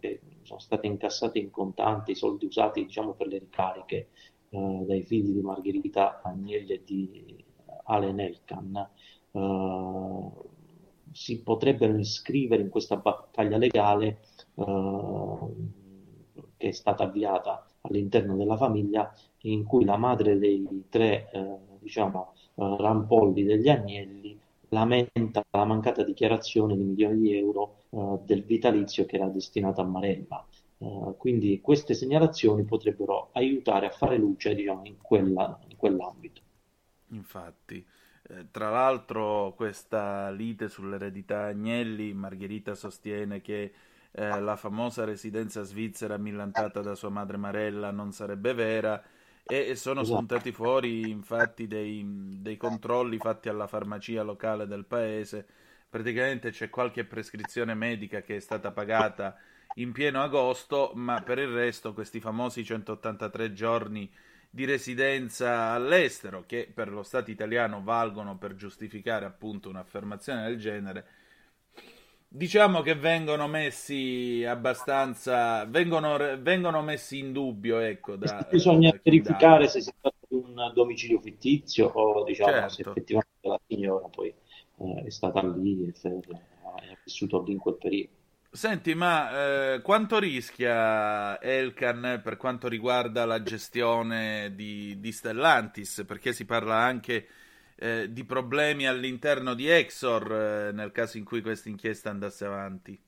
sono state incassate in contanti, soldi usati diciamo per le ricariche eh, dai figli di Margherita Agnelli e di Alen Elkan, eh, si potrebbero iscrivere in questa battaglia legale eh, che è stata avviata all'interno della famiglia, in cui la madre dei tre eh, diciamo eh, rampolli degli Agnelli lamenta la mancata dichiarazione di milioni di euro eh, del vitalizio che era destinato a Marella. Uh, quindi queste segnalazioni potrebbero aiutare a fare luce, diciamo, in, quella, in quell'ambito. Infatti, eh, tra l'altro questa lite sull'eredità Agnelli, Margherita sostiene che eh, la famosa residenza svizzera millantata da sua madre Marella non sarebbe vera, e sono Esatto. spuntati fuori infatti dei, dei controlli fatti alla farmacia locale del paese. Praticamente c'è qualche prescrizione medica che è stata pagata in pieno agosto, ma per il resto questi famosi centottantatré giorni di residenza all'estero, che per lo Stato italiano valgono per giustificare appunto un'affermazione del genere, diciamo che vengono messi abbastanza vengono, vengono messi in dubbio, ecco, da, Bisogna da chi verificare dà. se si tratta di un domicilio fittizio o diciamo se Certo. effettivamente la signora poi eh, è stata lì e se- ha vissuto lì in quel periodo. Senti, ma eh, quanto rischia Elkan per quanto riguarda la gestione di, di Stellantis? Perché si parla anche eh, di problemi all'interno di Exor eh, nel caso in cui questa inchiesta andasse avanti.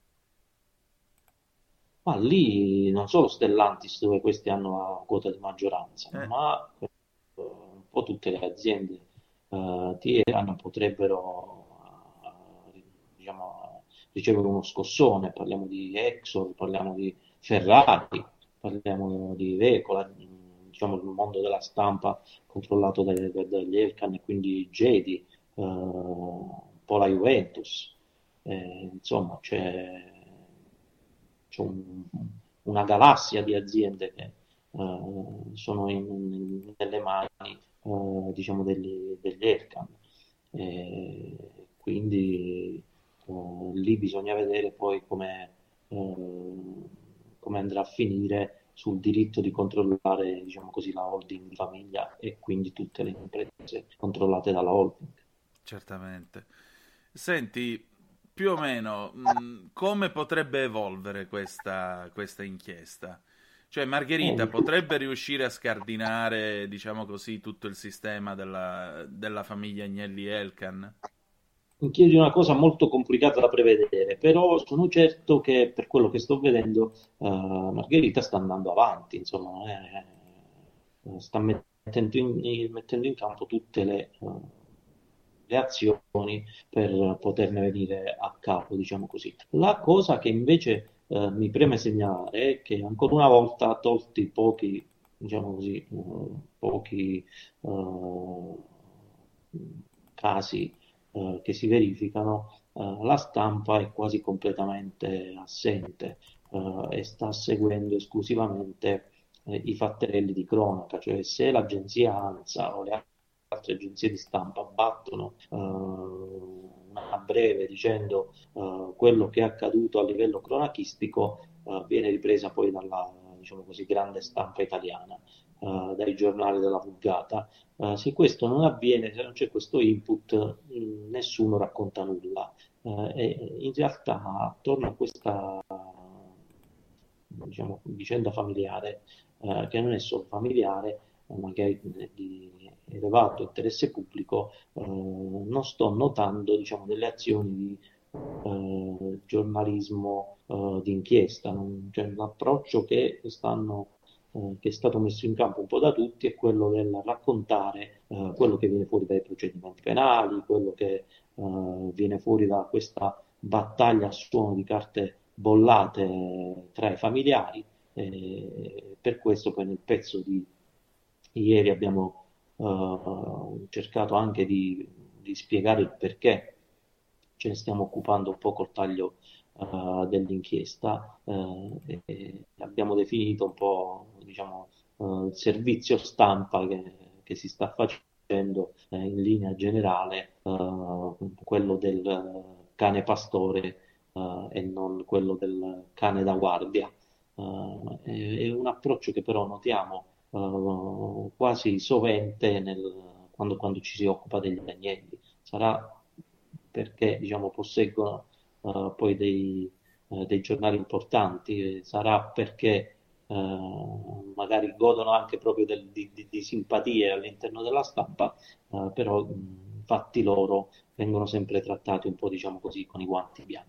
Ma lì non solo Stellantis, dove questi hanno la quota di maggioranza, Eh, ma eh, un po' tutte le aziende eh, Tiran potrebbero eh, diciamo, ricevere uno scossone. Parliamo di Exor, parliamo di Ferrari, parliamo di Iveco, diciamo il mondo della stampa controllato dai- dai- dagli Elkan e quindi Gedi, eh, un po' la Juventus. Eh, insomma c'è c'è un- una galassia di aziende che eh, sono in- in- nelle mani eh, diciamo degli, degli Elkan. E quindi eh, lì bisogna vedere poi come, eh, come andrà a finire sul diritto di controllare, diciamo così, la holding di famiglia e quindi tutte le imprese controllate dalla holding. certamente. Senti, più o meno, mh, come potrebbe evolvere questa, questa inchiesta? Cioè, Margherita Eh, potrebbe riuscire a scardinare, diciamo così, tutto il sistema della, della famiglia Agnelli-Elkan? Mi chiedi una cosa molto complicata da prevedere, però sono certo che per quello che sto vedendo eh, Margherita sta andando avanti, insomma, non è- eh, sta mettendo in, mettendo in campo tutte le, eh, le azioni per poterne venire a capo, diciamo così. La cosa che invece eh, mi preme segnalare è che ancora una volta, tolti pochi, diciamo così, eh, pochi eh, casi eh, che si verificano, eh, la stampa è quasi completamente assente eh, e sta seguendo esclusivamente eh, i fatterelli di cronaca, cioè se l'agenzia ANSA o le altre agenzie di stampa battono eh, una breve dicendo eh, quello che è accaduto a livello cronachistico, eh, viene ripresa poi dalla, diciamo così, grande stampa italiana, eh, dai giornali della vulgata. Eh, se questo non avviene, se non c'è questo input, mh, nessuno racconta nulla. Eh, e in realtà attorno a questa diciamo, vicenda familiare, eh, che non è solo familiare, ma che è di elevato interesse pubblico, eh, non sto notando diciamo, delle azioni di eh, giornalismo eh, d'inchiesta. Non- cioè, l'approccio che stanno eh, che è stato messo in campo un po' da tutti è quello del raccontare eh, quello che viene fuori dai procedimenti penali, quello che eh, viene fuori da questa battaglia a suono di carte bollate tra i familiari. E per questo poi nel pezzo di ieri abbiamo eh, cercato anche di, di spiegare il perché ce ne stiamo occupando un po' col taglio eh, dell'inchiesta, eh, e, e abbiamo definito un po' diciamo, eh, il servizio stampa che, che si sta facendo eh, in linea generale, eh, quello del cane pastore eh, e non quello del cane da guardia. Uh, è, è un approccio che però notiamo uh, quasi sovente nel, quando, quando ci si occupa degli agnelli. Sarà perché diciamo, posseggono uh, poi dei, uh, dei giornali importanti, sarà perché uh, magari godono anche proprio del, di, di, di simpatie all'interno della stampa, uh, però mh, fatti loro vengono sempre trattati un po', diciamo così, con i guanti bianchi.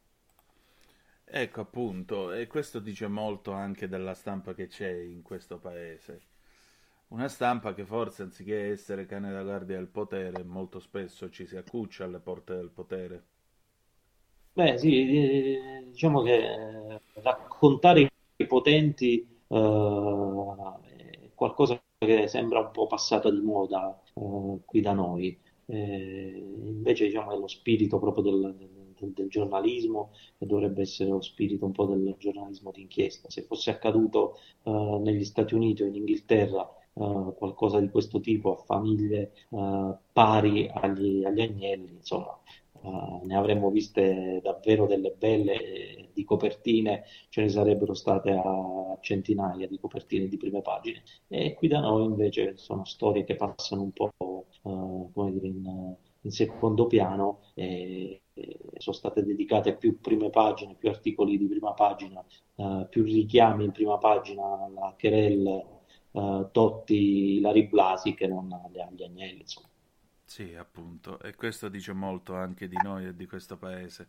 Ecco appunto, e questo dice molto anche della stampa che c'è in questo paese. Una stampa che forse anziché essere cane da guardia del potere, molto spesso ci si accuccia alle porte del potere. Beh, sì, eh, diciamo che eh, raccontare i potenti eh, è qualcosa che sembra un po' passata di moda eh, qui da noi. Eh, invece diciamo è lo spirito proprio del, del- del giornalismo, che dovrebbe essere lo spirito un po' del giornalismo d'inchiesta. Se fosse accaduto eh, negli Stati Uniti o in Inghilterra eh, qualcosa di questo tipo a famiglie eh, pari agli, agli agnelli, insomma, eh, ne avremmo viste davvero delle belle eh, di copertine, ce ne sarebbero state a centinaia di copertine di prime pagine. E qui da noi invece sono storie che passano un po' eh, come dire, in, in secondo piano e, e sono state dedicate più prime pagine, più articoli di prima pagina, eh, più richiami in prima pagina alla Querel, eh, Totti, Ilari Blasi che non agli, agli agnelli, insomma. Sì, appunto, e questo dice molto anche di noi e di questo paese.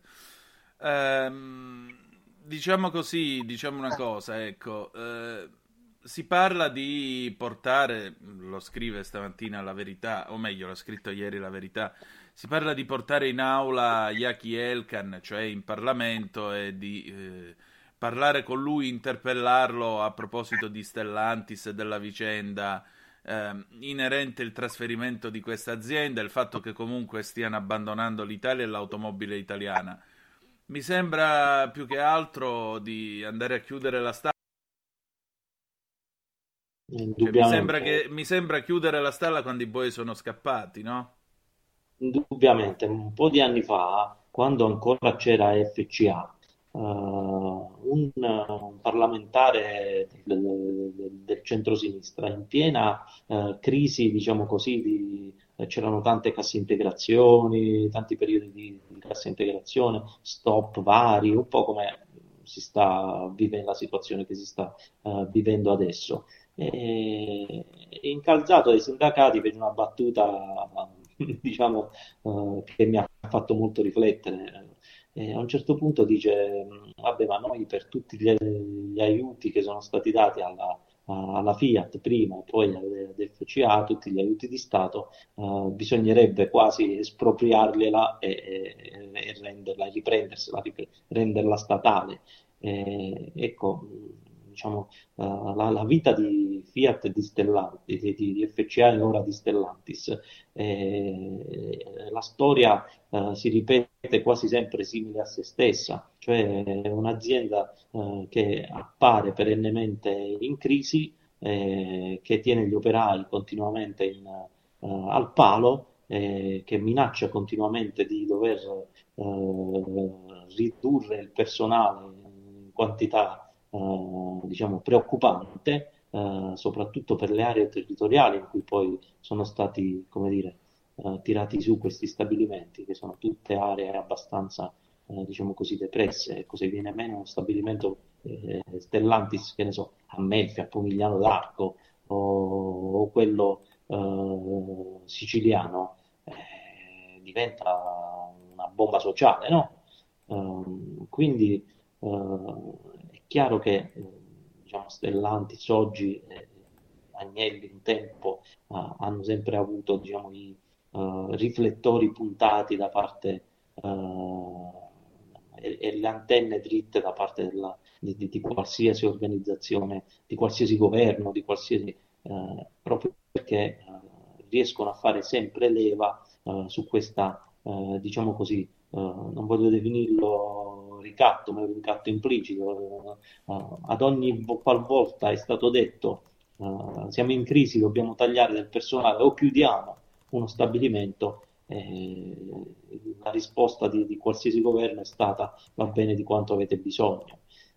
Ehm, diciamo così, diciamo una cosa, ecco, eh, si parla di portare, lo scrive stamattina La Verità, o meglio, l'ha scritto ieri La Verità, si parla di portare in aula Yaki Elkan, cioè in Parlamento, e di eh, parlare con lui, interpellarlo a proposito di Stellantis e della vicenda eh, inerente il trasferimento di questa azienda, il fatto che comunque stiano abbandonando l'Italia e l'automobile italiana. Mi sembra più che altro di andare a chiudere la stalla. Cioè, mi sembra Indubbiamente, che mi sembra chiudere la stalla quando i buoi sono scappati, no? indubbiamente, un po' di anni fa, quando ancora c'era F C A, eh, un, un parlamentare del, del, del centrosinistra in piena eh, crisi, diciamo così, di, eh, c'erano tante casse integrazioni, tanti periodi di, di cassa integrazione, stop vari, un po' come si sta vivendo la situazione che si sta eh, vivendo adesso. E, e incalzato dai sindacati per una battuta, diciamo, eh, che mi ha fatto molto riflettere. E a un certo punto dice: vabbè, ma noi per tutti gli, gli aiuti che sono stati dati alla, alla Fiat prima e poi ad F C A, tutti gli aiuti di Stato, eh, bisognerebbe quasi espropriargliela e, e, e renderla, riprendersela, ripre- renderla statale. Eh, ecco, diciamo, eh, la, la vita di Fiat e di Stellantis, di, di, di F C A e ora di Stellantis, eh, la storia eh, si ripete quasi sempre simile a se stessa, cioè è un'azienda eh, che appare perennemente in crisi, eh, che tiene gli operai continuamente in, eh, al palo, eh, che minaccia continuamente di dover eh, ridurre il personale in quantità eh, diciamo preoccupante, eh, soprattutto per le aree territoriali in cui poi sono stati, come dire, eh, tirati su questi stabilimenti, che sono tutte aree abbastanza, eh, diciamo così, depresse. Ecco, se viene meno uno stabilimento eh, Stellantis, che ne so, a Melfi, a Pomigliano d'Arco o, o quello eh, siciliano, eh, diventa una bomba sociale, no? Um, quindi uh, è chiaro che eh, diciamo, Stellantis oggi, eh, Agnelli un tempo, uh, hanno sempre avuto, diciamo, i uh, riflettori puntati da parte uh, e, e le antenne dritte da parte della, di, di- di qualsiasi organizzazione, di qualsiasi governo, di qualsiasi, uh, proprio perché uh, riescono a fare sempre leva uh, su questa, uh, diciamo così, Uh, non voglio definirlo ricatto, ma è un ricatto implicito. Uh, uh, ad ogni vo- qualvolta è stato detto uh, siamo in crisi, dobbiamo tagliare del personale o chiudiamo uno stabilimento, eh, la risposta di, di qualsiasi governo è stata: va bene di quanto avete bisogno.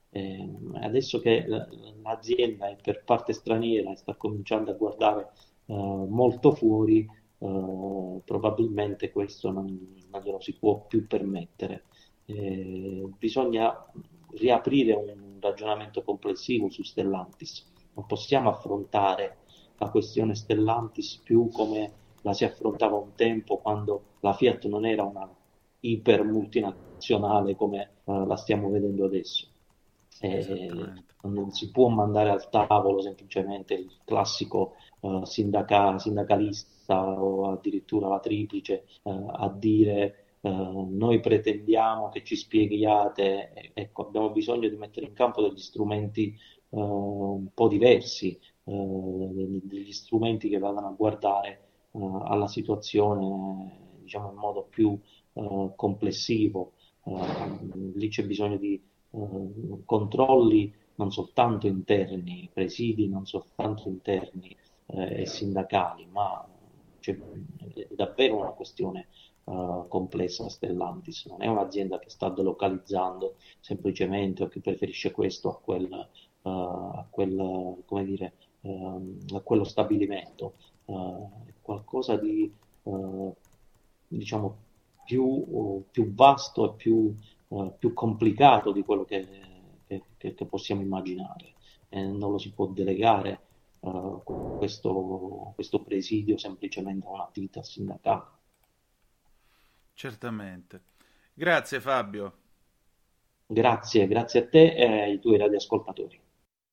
Eh, adesso che l'azienda è per parte straniera e sta cominciando a guardare eh, molto fuori, eh, probabilmente questo non, non glielo si può più permettere. Eh, bisogna riaprire un ragionamento complessivo su Stellantis. Non possiamo affrontare la questione Stellantis più come la si affrontava un tempo, quando la Fiat non era una iper multinazionale come eh, la stiamo vedendo adesso. Eh, non si può mandare al tavolo semplicemente il classico eh, sindaca- sindacalista o addirittura la triplice eh, a dire eh, noi pretendiamo che ci spieghiate. Eh, ecco, abbiamo bisogno di mettere in campo degli strumenti eh, un po' diversi, eh, degli strumenti che vadano a guardare eh, alla situazione, diciamo, in modo più eh, complessivo. Eh, lì c'è bisogno di Uh, controlli non soltanto interni, presidi non soltanto interni eh, e sindacali, ma c'è, è davvero una questione uh, complessa. Stellantis non è un'azienda che sta delocalizzando semplicemente o che preferisce questo a quel, uh, a quel come dire, uh, a quello stabilimento. Uh, è qualcosa di uh, diciamo più, uh, più vasto e più Uh, più complicato di quello che, che, che possiamo immaginare. Eh, non lo si può delegare uh, questo, questo presidio semplicemente a un'attività sindacale. Certamente. Grazie Fabio. Grazie, grazie a te e ai tuoi radioascoltatori.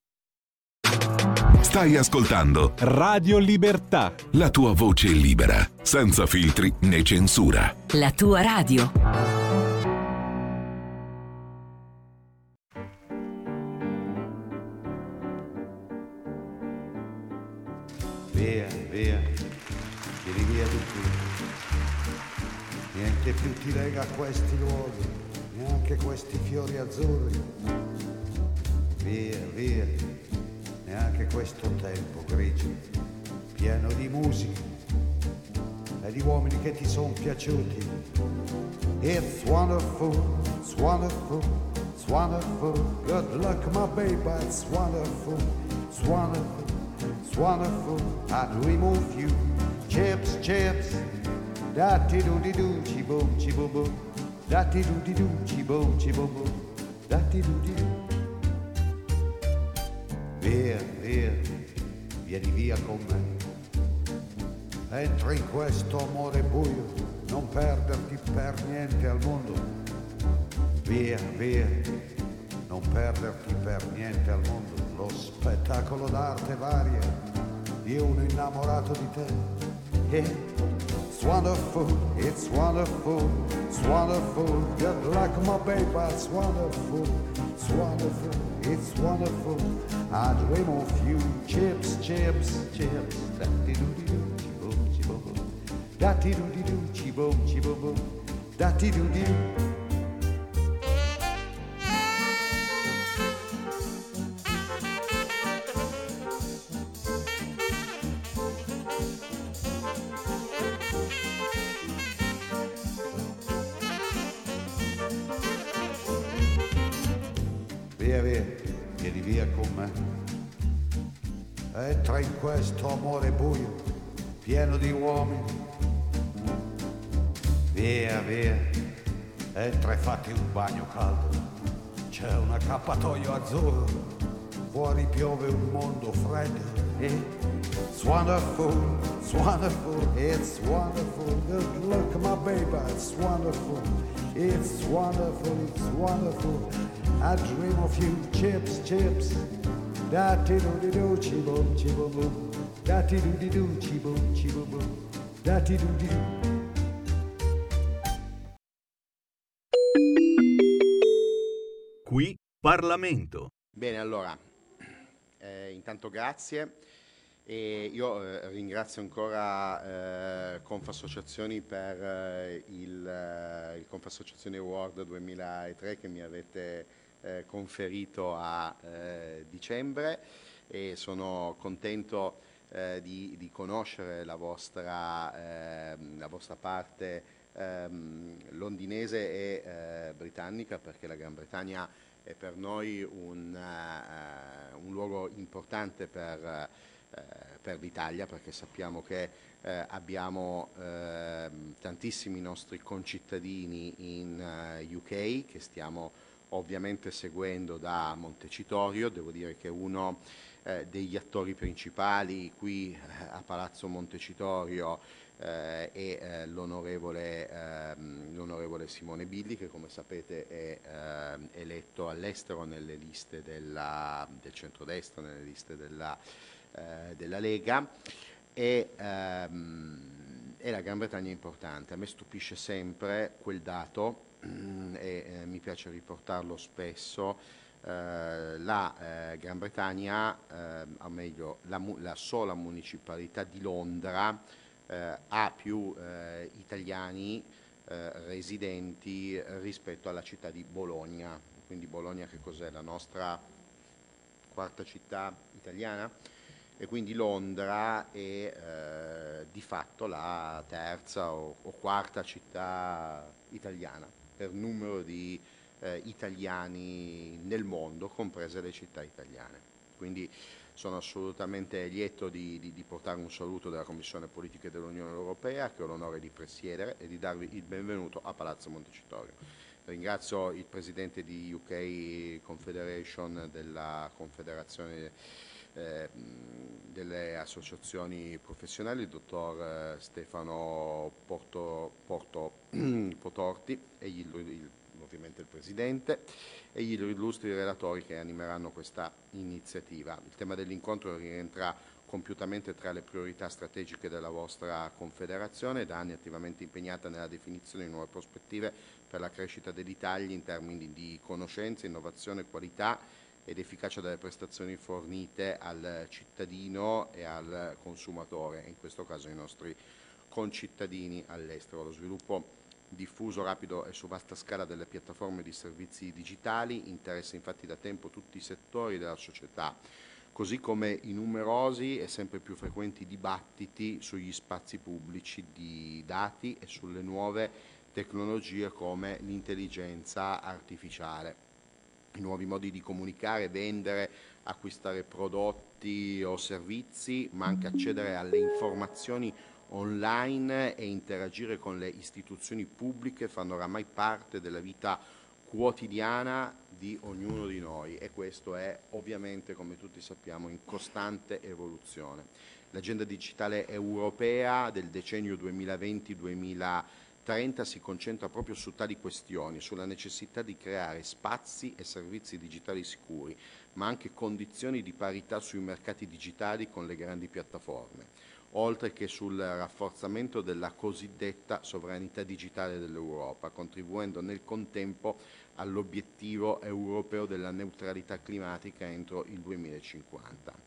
Stai ascoltando Radio Libertà, la tua voce libera, senza filtri né censura. La tua radio. Via, via, vieni via di qui. Niente più ti lega a questi luoghi, neanche questi fiori azzurri. Via, via, neanche questo tempo grigio, pieno di musica e di uomini che ti sono piaciuti. It's wonderful, it's wonderful, it's wonderful. Good luck my baby, it's wonderful, it's wonderful. It's wonderful, I dream of you. Chips, chips, da-ti-do-di-do, chi-boom, chi-boom-boom. Da-ti-do-di-do, chi-boom, chi-boom-boom. Da-ti-do-di-do. Via, via, vieni via con me. Entra in questo amore buio, non perderti per niente al mondo. Via, via, non perderti per niente al mondo. Lo spettacolo d'arte varia di uno innamorato di te. It's wonderful, it's wonderful, it's wonderful. Good luck my baby, it's wonderful, it's wonderful, it's wonderful. I dream of you. Chips, chips, chips. Da-ti-do-di-do, chi-boom, chi-boom-boom. Da-ti-do-di-do, chi-boom, chi-boom-boom. Da-ti-do-di-do. Via, via, vieni via con me. Entra in questo amore buio, pieno di uomini. Via, via, entra e fatti un bagno caldo. C'è un accappatoio azzurro, fuori piove un mondo freddo. It's wonderful, it's wonderful, it's wonderful. Good luck my baby, it's wonderful. It's wonderful, it's wonderful. I dream of you. Chips, chips. Da-ti-do-di-do, chi-boom, chi-boom-boom. Da-ti-do-di-do, chi-boom, chi-boom-boom. Da-ti-do-di-do. Qui Parlamento. Bene, allora, eh, intanto grazie. E io eh, ringrazio ancora eh, Confassociazioni per eh, il, eh, il Confassociazioni Award duemilatré che mi avete eh, conferito a eh, dicembre, e sono contento eh, di, di conoscere la vostra, eh, la vostra parte ehm, londinese e eh, britannica, perché la Gran Bretagna è per noi un, uh, un luogo importante per, uh, per l'Italia, perché sappiamo che uh, abbiamo uh, tantissimi nostri concittadini in uh, U K che stiamo ovviamente seguendo da Montecitorio. Devo dire che uno eh, degli attori principali qui eh, a Palazzo Montecitorio eh, è eh, l'onorevole, ehm, l'onorevole Simone Billi, che come sapete è eh, eletto all'estero nelle liste della, del centrodestra, nelle liste della, eh, della Lega. E, ehm, e la Gran Bretagna è importante. A me stupisce sempre quel dato e eh, mi piace riportarlo spesso. Eh, la eh, Gran Bretagna, eh, o meglio la, la sola municipalità di Londra eh, ha più eh, italiani eh, residenti rispetto alla città di Bologna. Quindi Bologna che cos'è? La nostra quarta città italiana? E quindi Londra è eh, di fatto la terza o, o quarta città italiana per numero di eh, italiani nel mondo, comprese le città italiane. Quindi sono assolutamente lieto di, di, di portare un saluto della Commissione Politiche dell'Unione Europea, che ho l'onore di presiedere, e di darvi il benvenuto a Palazzo Montecitorio. Ringrazio il Presidente di U K Confederation della Confederazione Eh, delle associazioni professionali, il dottor eh, Stefano Porto, Porto Potorti, e gli, il, ovviamente il Presidente, e gli illustri relatori che animeranno questa iniziativa. Il tema dell'incontro rientra compiutamente tra le priorità strategiche della vostra Confederazione, da anni attivamente impegnata nella definizione di nuove prospettive per la crescita dell'Italia in termini di conoscenza, innovazione, qualità ed efficacia delle prestazioni fornite al cittadino e al consumatore, in questo caso i nostri concittadini all'estero. Lo sviluppo diffuso, rapido e su vasta scala delle piattaforme di servizi digitali interessa infatti da tempo tutti i settori della società, così come i numerosi e sempre più frequenti dibattiti sugli spazi pubblici di dati e sulle nuove tecnologie come l'intelligenza artificiale. I nuovi modi di comunicare, vendere, acquistare prodotti o servizi, ma anche accedere alle informazioni online e interagire con le istituzioni pubbliche fanno oramai parte della vita quotidiana di ognuno di noi, e questo è ovviamente, come tutti sappiamo, in costante evoluzione. L'agenda digitale europea del decennio duemilaventi duemilatrenta si concentra proprio su tali questioni, sulla necessità di creare spazi e servizi digitali sicuri, ma anche condizioni di parità sui mercati digitali con le grandi piattaforme, oltre che sul rafforzamento della cosiddetta sovranità digitale dell'Europa, contribuendo nel contempo all'obiettivo europeo della neutralità climatica entro il duemilacinquanta.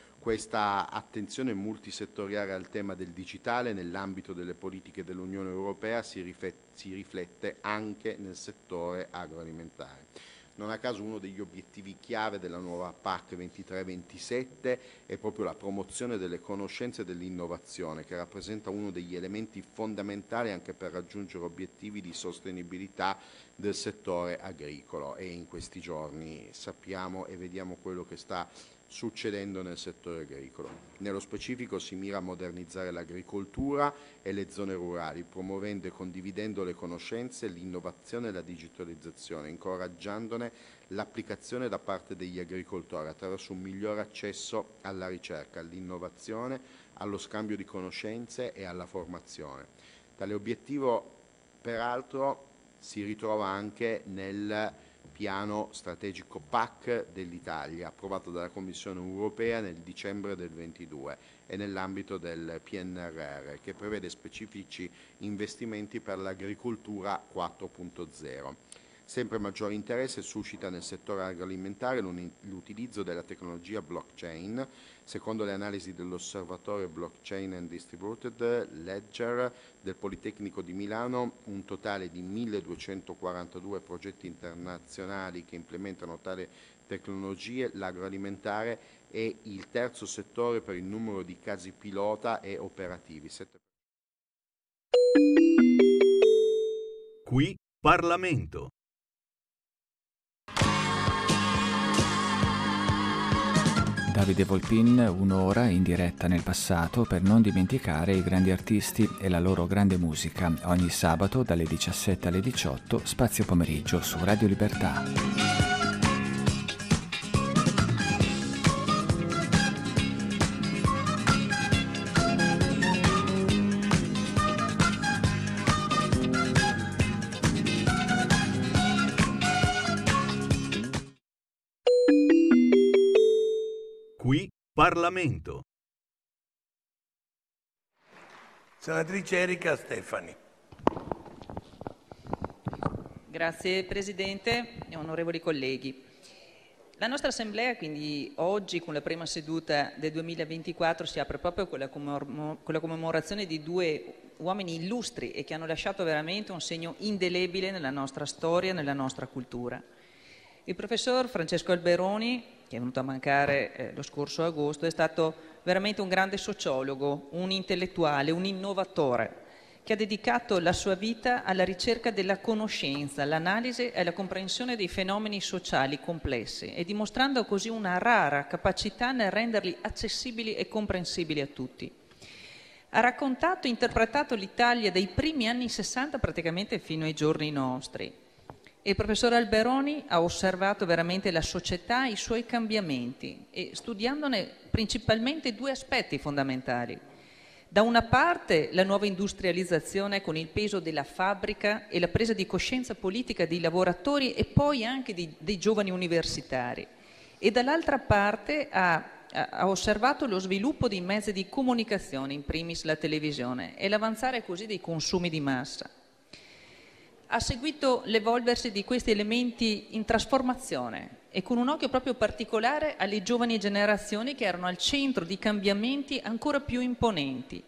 Questa attenzione multisettoriale al tema del digitale nell'ambito delle politiche dell'Unione Europea si riflette anche nel settore agroalimentare. Non a caso uno degli obiettivi chiave della nuova P A C ventitré ventisette è proprio la promozione delle conoscenze e dell'innovazione, che rappresenta uno degli elementi fondamentali anche per raggiungere obiettivi di sostenibilità del settore agricolo, e in questi giorni sappiamo e vediamo quello che sta succedendo nel settore agricolo. Nello specifico si mira a modernizzare l'agricoltura e le zone rurali, promuovendo e condividendo le conoscenze, l'innovazione e la digitalizzazione, incoraggiandone l'applicazione da parte degli agricoltori attraverso un migliore accesso alla ricerca, all'innovazione, allo scambio di conoscenze e alla formazione. Tale obiettivo, peraltro, si ritrova anche nel piano strategico P A C dell'Italia, approvato dalla Commissione europea nel dicembre del ventidue, e nell'ambito del P N R R, che prevede specifici investimenti per l'agricoltura quattro punto zero. Sempre maggiore interesse suscita nel settore agroalimentare l'utilizzo della tecnologia blockchain. Secondo le analisi dell'Osservatorio Blockchain and Distributed Ledger del Politecnico di Milano, un totale di milleduecentoquarantadue progetti internazionali che implementano tale tecnologie, l'agroalimentare è il terzo settore per il numero di casi pilota e operativi. Qui Parlamento. Davide Volpin, un'ora in diretta nel passato per non dimenticare i grandi artisti e la loro grande musica. Ogni sabato dalle diciassette alle diciotto, Spazio Pomeriggio su Radio Libertà. Qui Parlamento. Senatrice Erika Stefani. Grazie Presidente e onorevoli colleghi. La nostra Assemblea quindi oggi con la prima seduta del duemilaventiquattro si apre proprio con la, commemor- con la commemorazione di due uomini illustri e che hanno lasciato veramente un segno indelebile nella nostra storia e nella nostra cultura. Il professor Francesco Alberoni, che è venuto a mancare eh, lo scorso agosto, è stato veramente un grande sociologo, un intellettuale, un innovatore, che ha dedicato la sua vita alla ricerca della conoscenza, all'analisi e alla comprensione dei fenomeni sociali complessi e dimostrando così una rara capacità nel renderli accessibili e comprensibili a tutti. Ha raccontato e interpretato l'Italia dai primi anni sessanta praticamente fino ai giorni nostri. Il professor Alberoni ha osservato veramente la società, i suoi cambiamenti e studiandone principalmente due aspetti fondamentali. Da una parte la nuova industrializzazione con il peso della fabbrica e la presa di coscienza politica dei lavoratori e poi anche di, dei giovani universitari. E dall'altra parte ha, ha osservato lo sviluppo dei mezzi di comunicazione, in primis la televisione, e l'avanzare così dei consumi di massa. Ha seguito l'evolversi di questi elementi in trasformazione e con un occhio proprio particolare alle giovani generazioni che erano al centro di cambiamenti ancora più imponenti.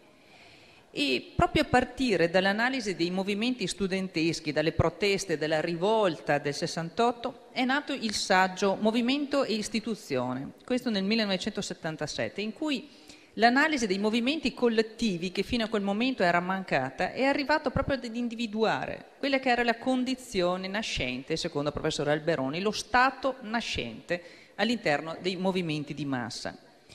E proprio a partire dall'analisi dei movimenti studenteschi, dalle proteste, dalla rivolta del sessantotto, è nato il saggio Movimento e Istituzione, questo nel millenovecentosettantasette, in cui l'analisi dei movimenti collettivi che fino a quel momento era mancata è arrivato proprio ad individuare quella che era la condizione nascente, secondo il professor Alberoni, lo stato nascente all'interno dei movimenti di massa.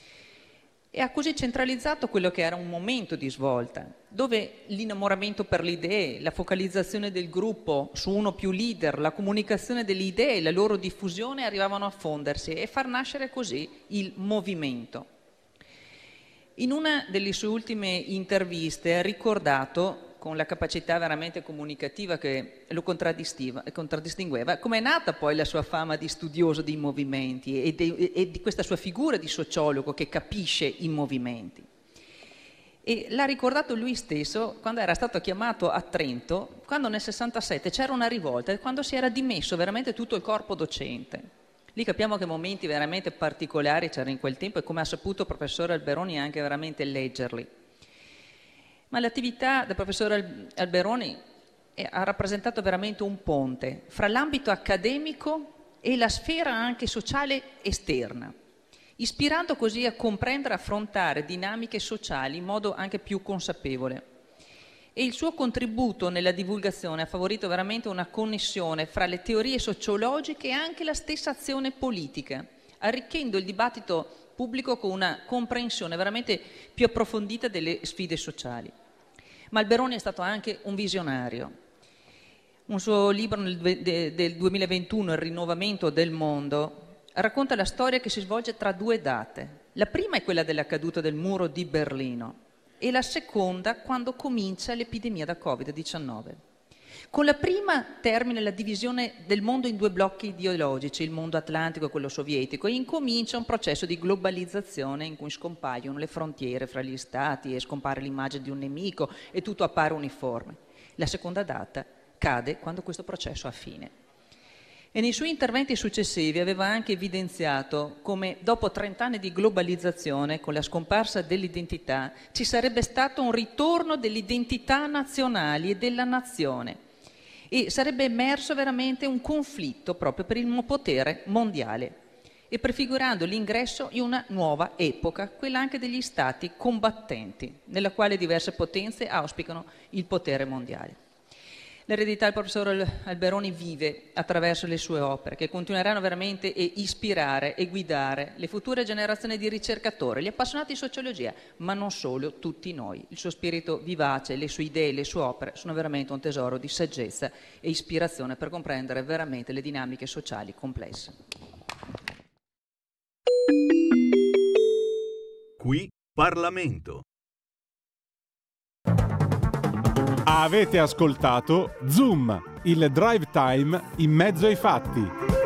E ha così centralizzato quello che era un momento di svolta, dove l'innamoramento per le idee, la focalizzazione del gruppo su uno più leader, la comunicazione delle idee, la loro diffusione arrivavano a fondersi e far nascere così il movimento. In una delle sue ultime interviste ha ricordato, con la capacità veramente comunicativa che lo contraddistingueva, come è nata poi la sua fama di studioso dei movimenti e, de, e di questa sua figura di sociologo che capisce i movimenti. E l'ha ricordato lui stesso quando era stato chiamato a Trento, quando nel sessantasette c'era una rivolta e quando si era dimesso veramente tutto il corpo docente. Lì capiamo che momenti veramente particolari c'erano in quel tempo e come ha saputo il professore Alberoni anche veramente leggerli. Ma l'attività del professore Alberoni ha rappresentato veramente un ponte fra l'ambito accademico e la sfera anche sociale esterna, ispirando così a comprendere e affrontare dinamiche sociali in modo anche più consapevole. E il suo contributo nella divulgazione ha favorito veramente una connessione fra le teorie sociologiche e anche la stessa azione politica, arricchendo il dibattito pubblico con una comprensione veramente più approfondita delle sfide sociali. Ma Alberoni è stato anche un visionario. Un suo libro del duemilaventuno, Il rinnovamento del mondo, racconta la storia che si svolge tra due date. La prima è quella della caduta del muro di Berlino e la seconda quando comincia l'epidemia da covid diciannove. Con la prima termina la divisione del mondo in due blocchi ideologici, il mondo atlantico e quello sovietico, e incomincia un processo di globalizzazione in cui scompaiono le frontiere fra gli stati e scompare l'immagine di un nemico e tutto appare uniforme. La seconda data cade quando questo processo ha fine. E nei suoi interventi successivi aveva anche evidenziato come dopo trent'anni di globalizzazione, con la scomparsa dell'identità, ci sarebbe stato un ritorno delle identità nazionali e della nazione e sarebbe emerso veramente un conflitto proprio per il potere mondiale e prefigurando l'ingresso in una nuova epoca, quella anche degli stati combattenti, nella quale diverse potenze auspicano il potere mondiale. L'eredità del professor Alberoni vive attraverso le sue opere, che continueranno veramente a ispirare e guidare le future generazioni di ricercatori, gli appassionati di sociologia, ma non solo, tutti noi. Il suo spirito vivace, le sue idee, le sue opere sono veramente un tesoro di saggezza e ispirazione per comprendere veramente le dinamiche sociali complesse. Qui Parlamento. Avete ascoltato Zoom, il drive time in mezzo ai fatti.